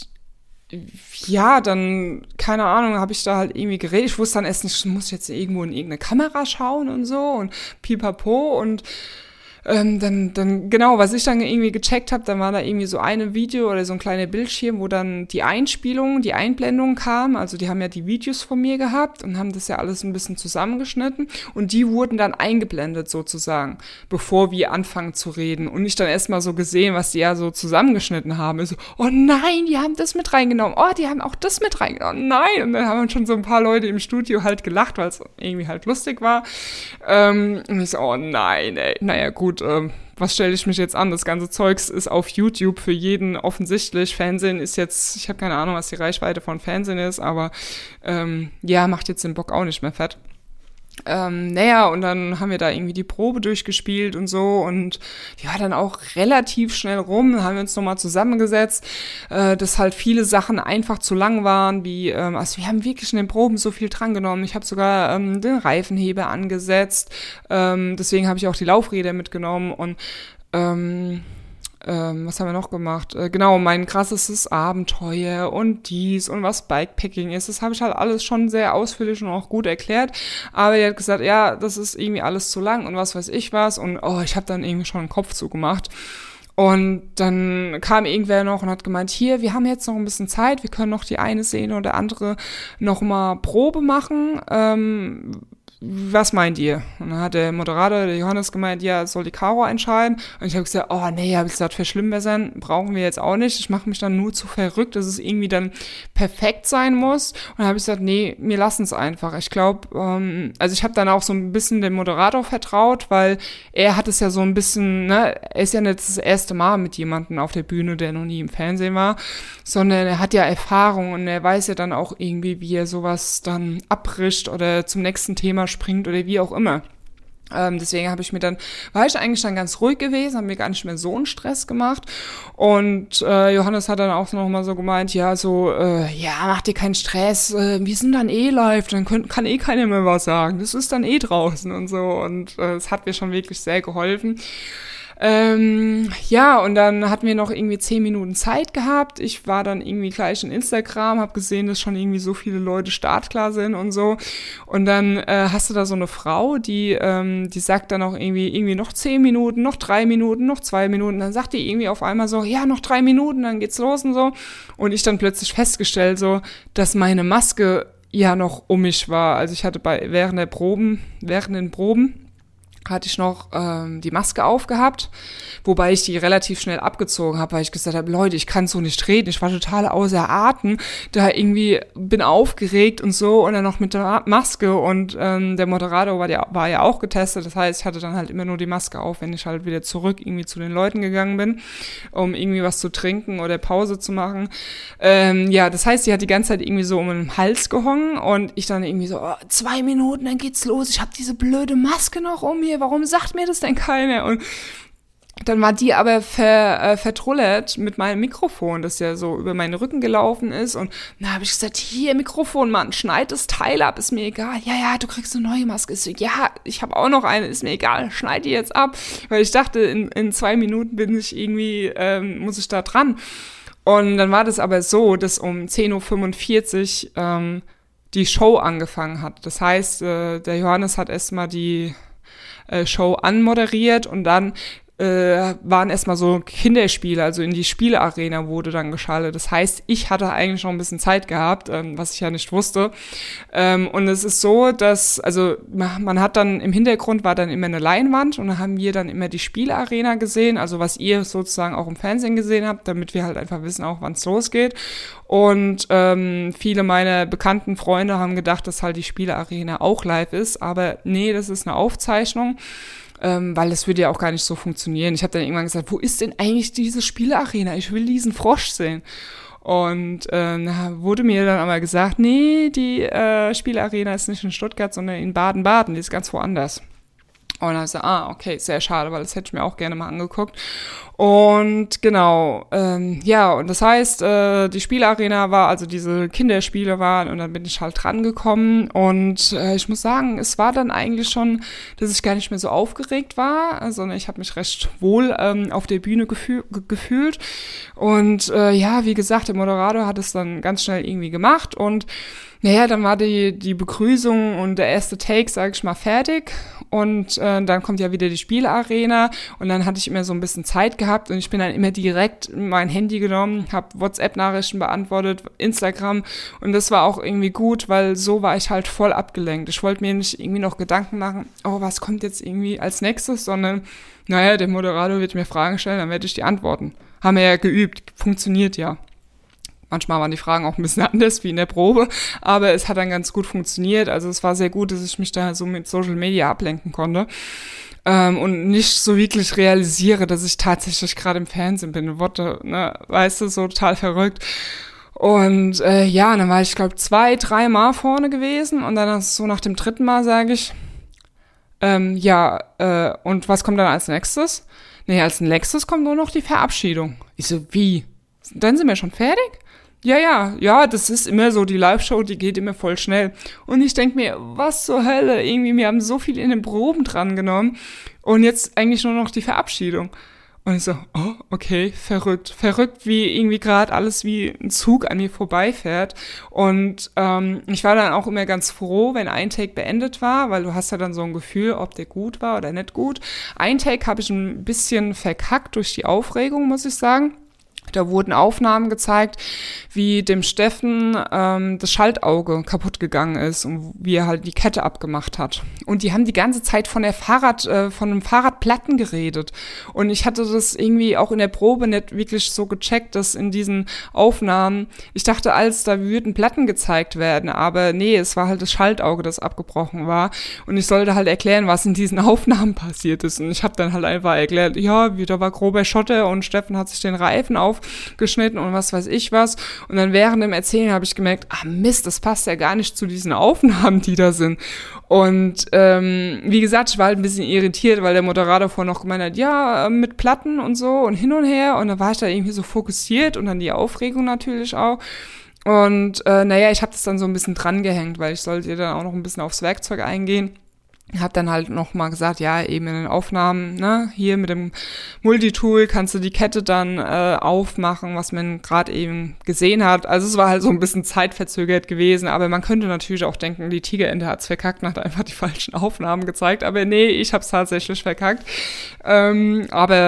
ja, dann, keine Ahnung, habe ich da halt irgendwie geredet. Ich wusste dann erst nicht, ich muss jetzt irgendwo in irgendeine Kamera schauen und so und pipapo und Genau, was ich dann irgendwie gecheckt habe, dann war da irgendwie so eine Video oder so ein kleiner Bildschirm, wo dann die Einblendung kam. Also die haben ja die Videos von mir gehabt und haben das ja alles ein bisschen zusammengeschnitten und die wurden dann eingeblendet sozusagen, bevor wir anfangen zu reden. Und ich dann erstmal so gesehen, was die ja so zusammengeschnitten haben. Ich so, oh nein, die haben das mit reingenommen. Oh, die haben auch das mit reingenommen. Nein. Und dann haben schon so ein paar Leute im Studio halt gelacht, weil es irgendwie halt lustig war. Und ich so, oh nein, ey. Naja, gut, was stelle ich mich jetzt an? Das ganze Zeugs ist auf YouTube für jeden offensichtlich. Fernsehen ist jetzt, ich habe keine Ahnung, was die Reichweite von Fernsehen ist, aber ja, macht jetzt den Bock auch nicht mehr fett. Naja, und dann haben wir da irgendwie die Probe durchgespielt und so und ja, dann auch relativ schnell rum, dann haben wir uns nochmal zusammengesetzt, dass halt viele Sachen einfach zu lang waren, wie, also wir haben wirklich in den Proben so viel drangenommen. Ich habe sogar den Reifenheber angesetzt, deswegen habe ich auch die Laufräder mitgenommen und was haben wir noch gemacht? Genau, mein krassestes Abenteuer und dies und was Bikepacking ist. Das habe ich halt alles schon sehr ausführlich und auch gut erklärt. Aber er hat gesagt, ja, das ist irgendwie alles zu lang und was weiß ich was. Und ich habe dann irgendwie schon den Kopf zugemacht. Und dann kam irgendwer noch und hat gemeint, hier, wir haben jetzt noch ein bisschen Zeit, wir können noch die eine Szene oder andere noch mal Probe machen. Was meint ihr? Und dann hat der Moderator, der Johannes, gemeint, ja, soll die Caro entscheiden? Und ich habe gesagt, oh nee, habe ich gesagt, verschlimmbessern brauchen wir jetzt auch nicht. Ich mache mich dann nur zu verrückt, dass es irgendwie dann perfekt sein muss. Und dann habe ich gesagt, nee, wir lassen es einfach. Ich glaube, also ich habe dann auch so ein bisschen dem Moderator vertraut, weil er hat es ja so ein bisschen, ne, er ist ja nicht das erste Mal mit jemandem auf der Bühne, der noch nie im Fernsehen war, sondern er hat ja Erfahrung und er weiß ja dann auch irgendwie, wie er sowas dann abbricht oder zum nächsten Thema springt oder wie auch immer. Deswegen war ich eigentlich dann ganz ruhig gewesen, habe mir gar nicht mehr so einen Stress gemacht. Und Johannes hat dann auch noch mal so gemeint, ja, mach dir keinen Stress, wir sind dann live, dann kann keiner mehr was sagen. Das ist dann draußen und so. Und es hat mir schon wirklich sehr geholfen. Ja, und dann hatten wir noch irgendwie 10 Minuten Zeit gehabt. Ich war dann irgendwie gleich in Instagram, habe gesehen, dass schon irgendwie so viele Leute startklar sind und so. Und dann hast du da so eine Frau, die sagt dann auch irgendwie noch 10 Minuten, noch 3 Minuten, noch 2 Minuten. Dann sagt die irgendwie auf einmal so, ja, noch 3 Minuten, dann geht's los und so. Und ich dann plötzlich festgestellt, so, dass meine Maske ja noch um mich war. Also ich hatte während den Proben hatte ich noch die Maske aufgehabt, wobei ich die relativ schnell abgezogen habe, weil ich gesagt habe, Leute, ich kann so nicht reden, ich war total außer Atem, da irgendwie bin aufgeregt und so und dann noch mit der Maske und der Moderator war ja auch getestet, das heißt, ich hatte dann halt immer nur die Maske auf, wenn ich halt wieder zurück irgendwie zu den Leuten gegangen bin, um irgendwie was zu trinken oder Pause zu machen. Ja, das heißt, die hat die ganze Zeit irgendwie so um den Hals gehongen und ich dann irgendwie so, 2 Minuten, dann geht's los, ich habe diese blöde Maske noch um mir, warum sagt mir das denn keiner? Und dann war die aber vertrullert mit meinem Mikrofon, das ja so über meinen Rücken gelaufen ist. Und dann habe ich gesagt, hier, Mikrofon, Mann, schneid das Teil ab, ist mir egal. Ja, du kriegst eine neue Maske. So, ja, ich habe auch noch eine, ist mir egal, schneid die jetzt ab. Weil ich dachte, in 2 Minuten muss ich da dran. Und dann war das aber so, dass um 10:45 Uhr die Show angefangen hat. Das heißt, der Johannes hat erstmal die Show anmoderiert und dann waren erstmal so Kinderspiele, also in die Spielearena wurde dann geschaltet. Das heißt, ich hatte eigentlich noch ein bisschen Zeit gehabt, was ich ja nicht wusste. Und es ist so, dass, also man hat dann, im Hintergrund war dann immer eine Leinwand und da haben wir dann immer die Spielearena gesehen, also was ihr sozusagen auch im Fernsehen gesehen habt, damit wir halt einfach wissen auch, wann es losgeht. Und viele meiner bekannten Freunde haben gedacht, dass halt die Spielearena auch live ist, aber nee, das ist eine Aufzeichnung. Weil das würde ja auch gar nicht so funktionieren. Ich habe dann irgendwann gesagt, wo ist denn eigentlich diese Spielearena? Ich will diesen Frosch sehen. Und wurde mir dann aber gesagt, nee, die Spielearena ist nicht in Stuttgart, sondern in Baden-Baden, die ist ganz woanders. Und dann so, okay, sehr schade, weil das hätte ich mir auch gerne mal angeguckt. Und genau, ja, und das heißt, die Spielarena war, also diese Kinderspiele waren, und dann bin ich halt dran gekommen. Und ich muss sagen, es war dann eigentlich schon, dass ich gar nicht mehr so aufgeregt war, sondern ich habe mich recht wohl auf der Bühne gefühlt. Und ja, wie gesagt, der Moderator hat es dann ganz schnell irgendwie gemacht und naja, dann war die Begrüßung und der erste Take, sag ich mal, fertig und dann kommt ja wieder die Spielarena und dann hatte ich immer so ein bisschen Zeit gehabt und ich bin dann immer direkt mein Handy genommen, habe WhatsApp-Nachrichten beantwortet, Instagram und das war auch irgendwie gut, weil so war ich halt voll abgelenkt. Ich wollte mir nicht irgendwie noch Gedanken machen, oh, was kommt jetzt irgendwie als nächstes, sondern naja, der Moderator wird mir Fragen stellen, dann werde ich die antworten. Haben wir ja geübt, funktioniert ja. Manchmal waren die Fragen auch ein bisschen anders wie in der Probe, aber es hat dann ganz gut funktioniert. Also es war sehr gut, dass ich mich da so mit Social Media ablenken konnte und nicht so wirklich realisiere, dass ich tatsächlich gerade im Fernsehen bin. Worte, ne, weißt du, so total verrückt. Und dann war ich, glaube 2-3 Mal vorne gewesen und dann so nach dem 3. Mal sage ich, und was kommt dann als nächstes? Nee, als nächstes kommt nur noch die Verabschiedung. Ich so, wie? Dann sind wir schon fertig? Ja, das ist immer so, die Live-Show, die geht immer voll schnell. Und ich denke mir, was zur Hölle, irgendwie, wir haben so viel in den Proben dran genommen und jetzt eigentlich nur noch die Verabschiedung. Und ich so, oh, okay, verrückt, wie irgendwie gerade alles wie ein Zug an mir vorbeifährt. Und ich war dann auch immer ganz froh, wenn ein Take beendet war, weil du hast ja dann so ein Gefühl, ob der gut war oder nicht gut. Ein Take habe ich ein bisschen verkackt durch die Aufregung, muss ich sagen. Da wurden Aufnahmen gezeigt, wie dem Steffen das Schaltauge kaputt gegangen ist und wie er halt die Kette abgemacht hat. Und die haben die ganze Zeit von einem Fahrradplatten geredet. Und ich hatte das irgendwie auch in der Probe nicht wirklich so gecheckt, dass in diesen Aufnahmen, ich dachte, da würden Platten gezeigt werden, aber nee, es war halt das Schaltauge, das abgebrochen war. Und ich sollte halt erklären, was in diesen Aufnahmen passiert ist. Und ich habe dann halt einfach erklärt, ja, da war grober Schotter und Steffen hat sich den Reifen aufgeschnitten und was weiß ich was. Und dann während dem Erzählen habe ich gemerkt, Mist, das passt ja gar nicht zu diesen Aufnahmen, die da sind. Und wie gesagt, ich war halt ein bisschen irritiert, weil der Moderator vorhin noch gemeint hat, ja, mit Platten und so und hin und her. Und dann war ich da irgendwie so fokussiert und dann die Aufregung natürlich auch. Und ich habe das dann so ein bisschen dran gehängt, weil ich sollte dann auch noch ein bisschen aufs Werkzeug eingehen. Hab dann halt noch mal gesagt, ja, eben in den Aufnahmen, ne, hier mit dem Multitool kannst du die Kette dann aufmachen, was man gerade eben gesehen hat. Also es war halt so ein bisschen zeitverzögert gewesen, aber man könnte natürlich auch denken, die Tigerente hat's verkackt und hat einfach die falschen Aufnahmen gezeigt. Aber nee, ich hab's tatsächlich verkackt. Ich denke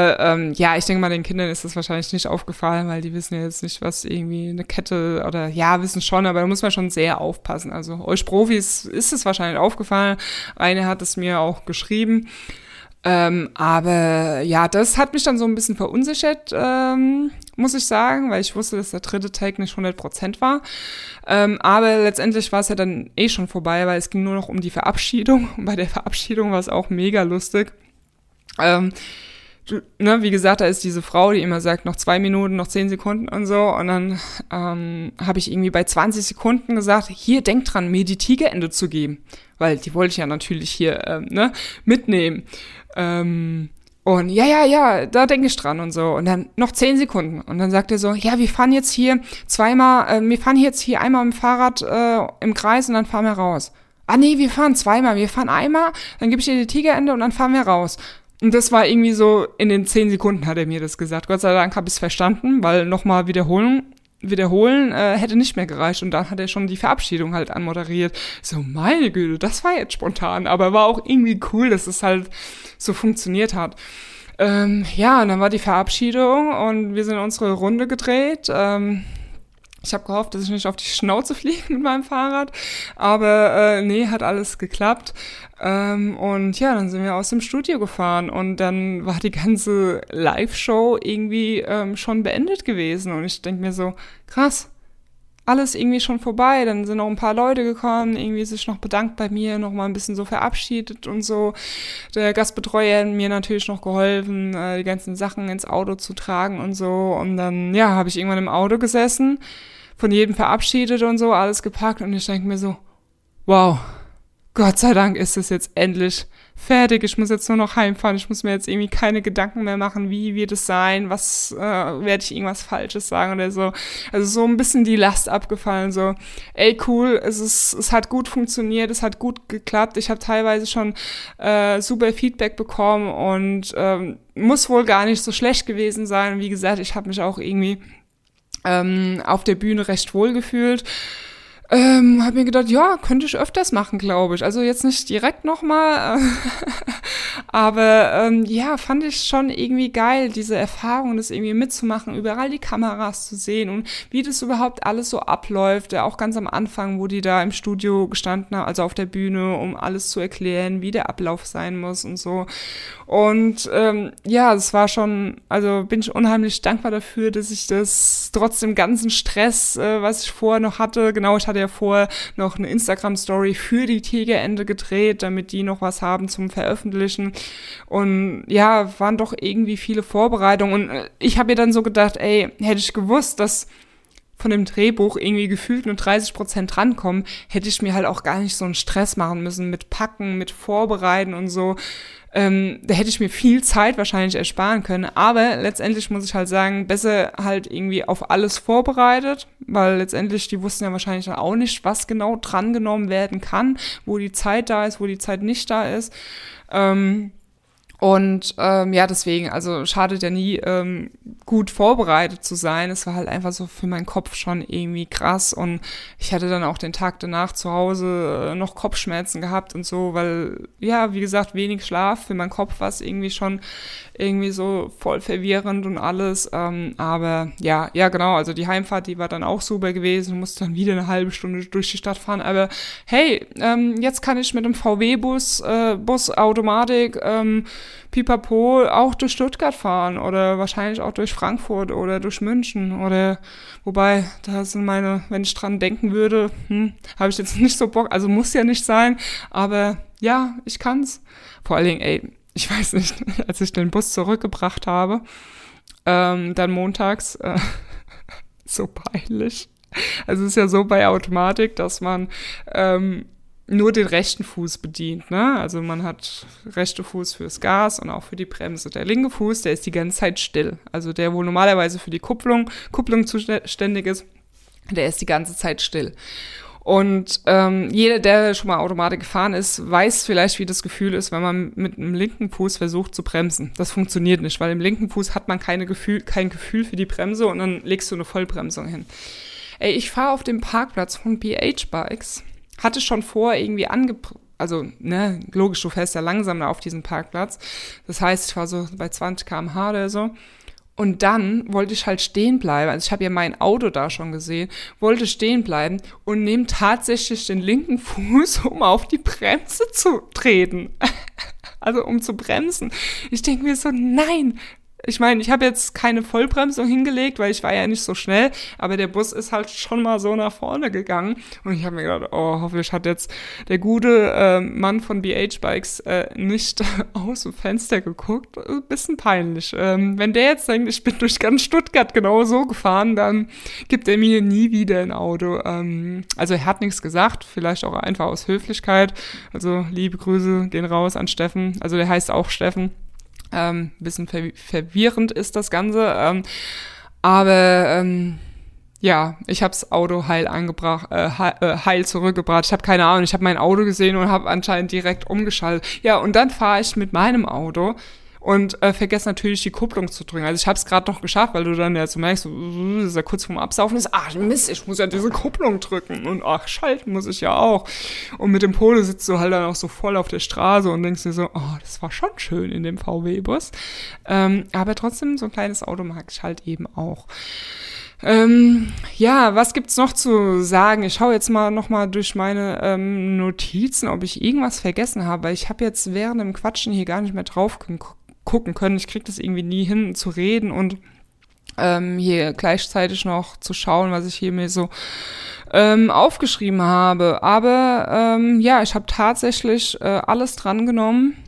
mal, den Kindern ist das wahrscheinlich nicht aufgefallen, weil die wissen ja jetzt nicht, was irgendwie eine Kette oder ja, wissen schon, aber da muss man schon sehr aufpassen. Also euch Profis ist es wahrscheinlich aufgefallen. Eine hat es mir auch geschrieben. Aber ja, das hat mich dann so ein bisschen verunsichert, muss ich sagen, weil ich wusste, dass der 3. Take nicht 100% war. Aber letztendlich war es ja dann schon vorbei, weil es ging nur noch um die Verabschiedung. Und bei der Verabschiedung war es auch mega lustig. Wie gesagt, da ist diese Frau, die immer sagt, noch 2 Minuten, noch 10 Sekunden und so. Und dann habe ich irgendwie bei 20 Sekunden gesagt, hier, denk dran, mir die Tigerente zu geben. Weil die wollte ich ja natürlich hier mitnehmen. Und ja, da denke ich dran und so. Und dann noch 10 Sekunden. Und dann sagt er so, ja, wir fahren jetzt hier einmal mit dem Fahrrad im Kreis und dann fahren wir raus. Nee, wir fahren zweimal. Wir fahren einmal, dann gebe ich dir die Tigerente und dann fahren wir raus. Und das war irgendwie so, in den 10 Sekunden hat er mir das gesagt. Gott sei Dank habe ich es verstanden, weil nochmal wiederholen hätte nicht mehr gereicht. Und dann hat er schon die Verabschiedung halt anmoderiert. So, meine Güte, das war jetzt spontan. Aber war auch irgendwie cool, dass es halt so funktioniert hat. Und dann war die Verabschiedung und wir sind unsere Runde gedreht. Ich habe gehofft, dass ich nicht auf die Schnauze fliege mit meinem Fahrrad, aber hat alles geklappt. Dann sind wir aus dem Studio gefahren und dann war die ganze Live-Show irgendwie schon beendet gewesen und ich denke mir so, krass, alles irgendwie schon vorbei. Dann sind noch ein paar Leute gekommen, irgendwie sich noch bedankt bei mir, noch mal ein bisschen so verabschiedet und so. Der Gastbetreuer hat mir natürlich noch geholfen, die ganzen Sachen ins Auto zu tragen und so. Und dann, habe ich irgendwann im Auto gesessen, von jedem verabschiedet und so, alles gepackt und ich denke mir so, wow, Gott sei Dank ist es jetzt endlich fertig. Ich muss jetzt nur noch heimfahren. Ich muss mir jetzt irgendwie keine Gedanken mehr machen, wie wird es sein, werde ich irgendwas Falsches sagen oder so. Also so ein bisschen die Last abgefallen, so, ey, cool, es hat gut funktioniert, es hat gut geklappt. Ich habe teilweise schon super Feedback bekommen und muss wohl gar nicht so schlecht gewesen sein. Und wie gesagt, ich habe mich auch irgendwie auf der Bühne recht wohl gefühlt. Habe mir gedacht, ja, könnte ich öfters machen, glaube ich. Also jetzt nicht direkt nochmal, aber ja, fand ich schon irgendwie geil, diese Erfahrung, das irgendwie mitzumachen, überall die Kameras zu sehen und wie das überhaupt alles so abläuft. Auch ganz am Anfang, wo die da im Studio gestanden haben, also auf der Bühne, um alles zu erklären, wie der Ablauf sein muss und so. Und ja, es war schon, also bin ich unheimlich dankbar dafür, dass ich das trotz dem ganzen Stress, was ich vorher noch hatte, genau, ich hatte ja vorher noch eine Instagram-Story für die Tigerente gedreht, damit die noch was haben zum Veröffentlichen. Und ja, waren doch irgendwie viele Vorbereitungen. Und ich habe mir dann so gedacht, ey, hätte ich gewusst, dass von dem Drehbuch irgendwie gefühlt nur 30% drankommen, hätte ich mir halt auch gar nicht so einen Stress machen müssen mit Packen, mit Vorbereiten und so. Da hätte ich mir viel Zeit wahrscheinlich ersparen können. Aber letztendlich muss ich halt sagen, besser halt irgendwie auf alles vorbereitet, weil letztendlich, die wussten ja wahrscheinlich auch nicht, was genau drangenommen werden kann, wo die Zeit da ist, wo die Zeit nicht da ist. Ja, deswegen, also schadet ja nie, gut vorbereitet zu sein. Es war halt einfach so für meinen Kopf schon irgendwie krass und ich hatte dann auch den Tag danach zu Hause noch Kopfschmerzen gehabt und so, weil, ja, wie gesagt, wenig Schlaf. Für meinen Kopf war es irgendwie schon irgendwie so voll verwirrend und alles. Aber ja, genau, also die Heimfahrt, die war dann auch super gewesen. Ich musste dann wieder eine halbe Stunde durch die Stadt fahren. Aber hey, jetzt kann ich mit dem VW-Bus, Automatik, Pipapo auch durch Stuttgart fahren oder wahrscheinlich auch durch Frankfurt oder durch München oder wobei, da sind meine, wenn ich dran denken würde, habe ich jetzt nicht so Bock, also muss ja nicht sein, aber ja, ich kann's. Vor allen Dingen, ey, ich weiß nicht, als ich den Bus zurückgebracht habe, dann montags, so peinlich. Also es ist ja so bei Automatik, dass man nur den rechten Fuß bedient, ne? Also man hat rechte Fuß fürs Gas und auch für die Bremse. Der linke Fuß, der ist die ganze Zeit still. Also der, wo normalerweise für die Kupplung zuständig ist, der ist die ganze Zeit still. Und jeder, der schon mal Automatik gefahren ist, weiß vielleicht, wie das Gefühl ist, wenn man mit dem linken Fuß versucht zu bremsen. Das funktioniert nicht, weil im linken Fuß hat man kein Gefühl für die Bremse und dann legst du eine Vollbremsung hin. Ey, ich fahre auf dem Parkplatz von BH-Bikes, hatte schon vor, irgendwie also, ne, logisch, du fährst ja langsamer auf diesen Parkplatz. Das heißt, ich war so bei 20 km/h oder so. Und dann wollte ich halt stehen bleiben. Also ich habe ja mein Auto da schon gesehen, wollte stehen bleiben und nehme tatsächlich den linken Fuß, um auf die Bremse zu treten. Also um zu bremsen. Ich denke mir so, nein. Ich meine, ich habe jetzt keine Vollbremsung hingelegt, weil ich war ja nicht so schnell, aber der Bus ist halt schon mal so nach vorne gegangen und ich habe mir gedacht, oh, hoffentlich hat jetzt der gute Mann von BH Bikes nicht aus dem Fenster geguckt. Ein bisschen peinlich. Wenn der jetzt denkt, ich bin durch ganz Stuttgart genau so gefahren, dann gibt er mir nie wieder ein Auto. Also er hat nichts gesagt, vielleicht auch einfach aus Höflichkeit. Also liebe Grüße gehen raus an Steffen. Also der heißt auch Steffen. Bisschen verwirrend ist das Ganze, aber ja, ich habe das Auto heil zurückgebracht. Ich habe keine Ahnung, ich habe mein Auto gesehen und habe anscheinend direkt umgeschaltet. Ja, und dann fahre ich mit meinem Auto und vergesse natürlich die Kupplung zu drücken. Also ich habe es gerade noch geschafft, weil du dann ja so merkst, so, das ist ja kurz vorm Absaufen ist, ach Mist, ich muss ja diese Kupplung drücken und ach, schalten muss ich ja auch. Und mit dem Polo sitzt du halt dann auch so voll auf der Straße und denkst dir so, oh, das war schon schön in dem VW-Bus. Aber trotzdem, so ein kleines Auto mag ich halt eben auch. Ja, was gibt's noch zu sagen? Ich schaue jetzt mal nochmal durch meine Notizen, ob ich irgendwas vergessen habe, weil ich habe jetzt während dem Quatschen hier gar nicht mehr drauf gucken können. Ich kriege das irgendwie nie hin zu reden und hier gleichzeitig noch zu schauen, was ich hier mir so aufgeschrieben habe. Aber ja, ich habe tatsächlich alles drangenommen.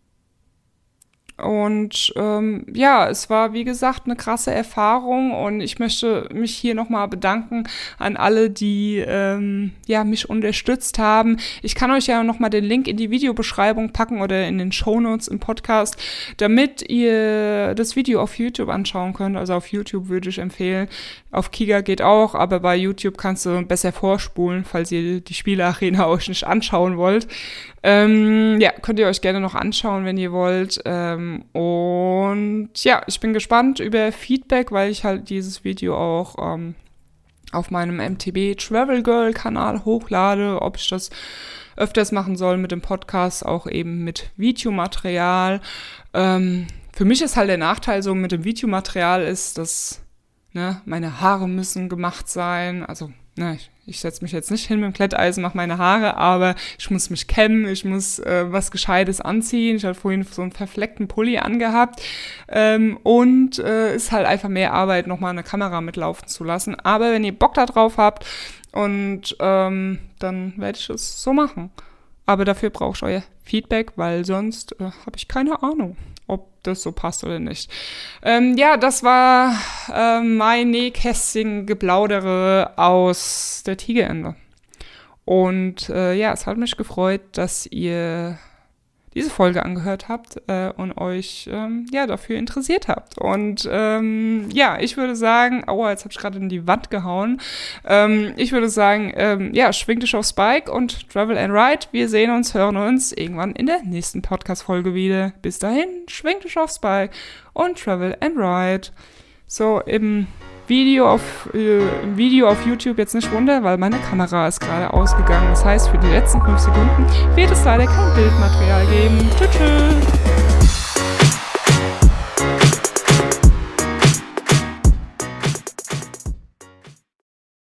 Und ja, es war, wie gesagt, eine krasse Erfahrung und ich möchte mich hier nochmal bedanken an alle, die ja mich unterstützt haben. Ich kann euch ja nochmal den Link in die Videobeschreibung packen oder in den Shownotes im Podcast, damit ihr das Video auf YouTube anschauen könnt. Also auf YouTube würde ich empfehlen. Auf Kiga geht auch, aber bei YouTube kannst du besser vorspulen, falls ihr die Spielarena euch nicht anschauen wollt. Ja, könnt ihr euch gerne noch anschauen, wenn ihr wollt. Und ja, ich bin gespannt über Feedback, weil ich halt dieses Video auch auf meinem MTB Travel Girl Kanal hochlade, ob ich das öfters machen soll mit dem Podcast, auch eben mit Videomaterial. Für mich ist halt der Nachteil so mit dem Videomaterial ist, dass meine Haare müssen gemacht sein. Also ich setze mich jetzt nicht hin mit dem Glätteisen, mache meine Haare, aber ich muss mich kämmen, ich muss was Gescheites anziehen. Ich hatte vorhin so einen verfleckten Pulli angehabt und ist halt einfach mehr Arbeit, nochmal eine Kamera mitlaufen zu lassen. Aber wenn ihr Bock da drauf habt und dann werde ich es so machen. Aber dafür brauche ich euer Feedback, weil sonst habe ich keine Ahnung, ob das so passt oder nicht. Das war mein Nähkästchen-Geplaudere aus der Tigerente. Und es hat mich gefreut, dass ihr diese Folge angehört habt und euch dafür interessiert habt. Und ich würde sagen, jetzt habe ich gerade in die Wand gehauen. Ich würde sagen, schwing dich aufs Bike und Travel and Ride. Wir sehen uns, hören uns irgendwann in der nächsten Podcast-Folge wieder. Bis dahin, schwing dich aufs Bike und Travel and Ride. So, im Video auf YouTube jetzt nicht runter, weil meine Kamera ist gerade ausgegangen. Das heißt, für die letzten 5 Sekunden wird es leider kein Bildmaterial geben. Tschüss.